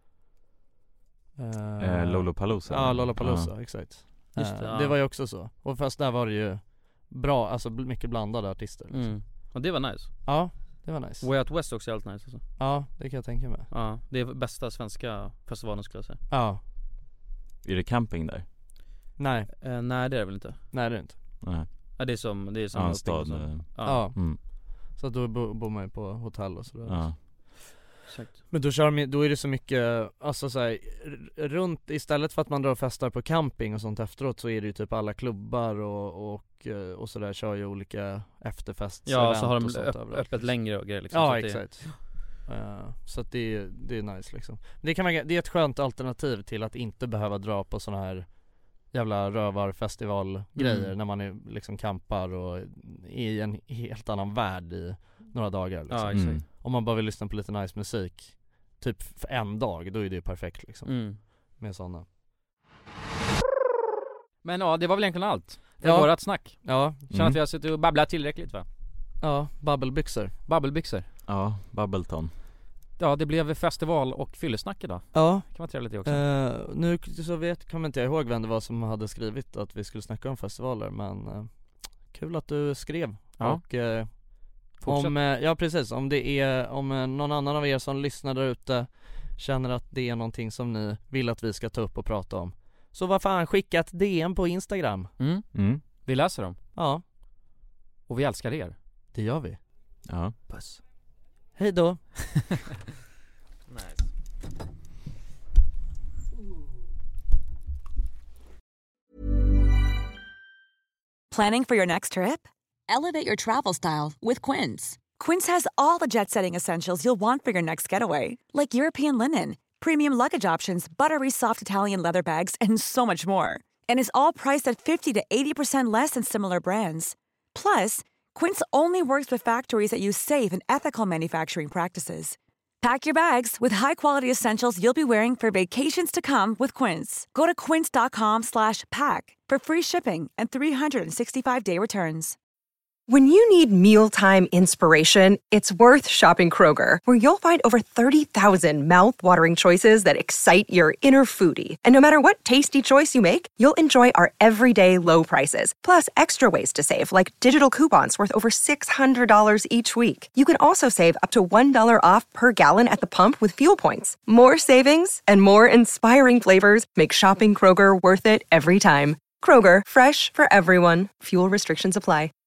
Lollapalooza. Ja, Lollapalooza, exakt. Just det, det var ju också så. Och fast där var det ju bra, alltså mycket blandade artister liksom. Och det var nice. Ja, det var nice. Way Out West också är helt nice alltså. Ja, det kan jag tänka mig. Ja, det är bästa svenska festivalen skulle jag säga. Ja. Är det camping där? Nej. Nej, det är det väl inte. Nej, det är inte. Nej. Ja, det är samma stad. Ja. Så då bor man ju på hotell och sådär. Ja. Exakt. Men då är det så mycket, alltså så här, runt, istället för att man drar och festar på camping och sånt efteråt, så är det ju typ alla klubbar och sådär kör ju olika efterfest. Ja, så har de öppet längre och grejer liksom. Ja, exakt. Så att det är nice liksom. Det är ett skönt alternativ till att inte behöva dra på såna här jävla rövarfestivalgrejer när man är liksom campar och är i en helt annan värld i några dagar liksom. Ja, exakt. Om man bara vill lyssna på lite nice musik typ för en dag, då är det ju perfekt liksom. Med sådana. Men ja, det var väl egentligen allt för vårat snack. Ja. Känner att vi har suttit och babblat tillräckligt, va? Ja, babbelbyxor. Ja, Babbleton. Ja, det blev festival och fyllesnack idag. Ja. Det kan vara trevligt det också. Nu så kommer inte jag ihåg vem det var som hade skrivit att vi skulle snacka om festivaler, men kul att du skrev. Ja. Och om någon annan av er som lyssnar där ute känner att det är någonting som ni vill att vi ska ta upp och prata om, så vad fan, skicka ett DM på Instagram. Vi läser dem. Ja. Och vi älskar er. Det gör vi. Ja. Puss. Hej då. Nice. Planning for your next trip? Elevate your travel style with Quince. Quince has all the jet-setting essentials you'll want for your next getaway, like European linen, premium luggage options, buttery soft Italian leather bags, and so much more. And is all priced at 50 to 80% less than similar brands. Plus, Quince only works with factories that use safe and ethical manufacturing practices. Pack your bags with high-quality essentials you'll be wearing for vacations to come with Quince. Go to quince.com/pack for free shipping and 365-day returns. When you need mealtime inspiration, it's worth shopping Kroger, where you'll find over 30,000 mouth-watering choices that excite your inner foodie. And no matter what tasty choice you make, you'll enjoy our everyday low prices, plus extra ways to save, like digital coupons worth over $600 each week. You can also save up to $1 off per gallon at the pump with fuel points. More savings and more inspiring flavors make shopping Kroger worth it every time. Kroger, fresh for everyone. Fuel restrictions apply.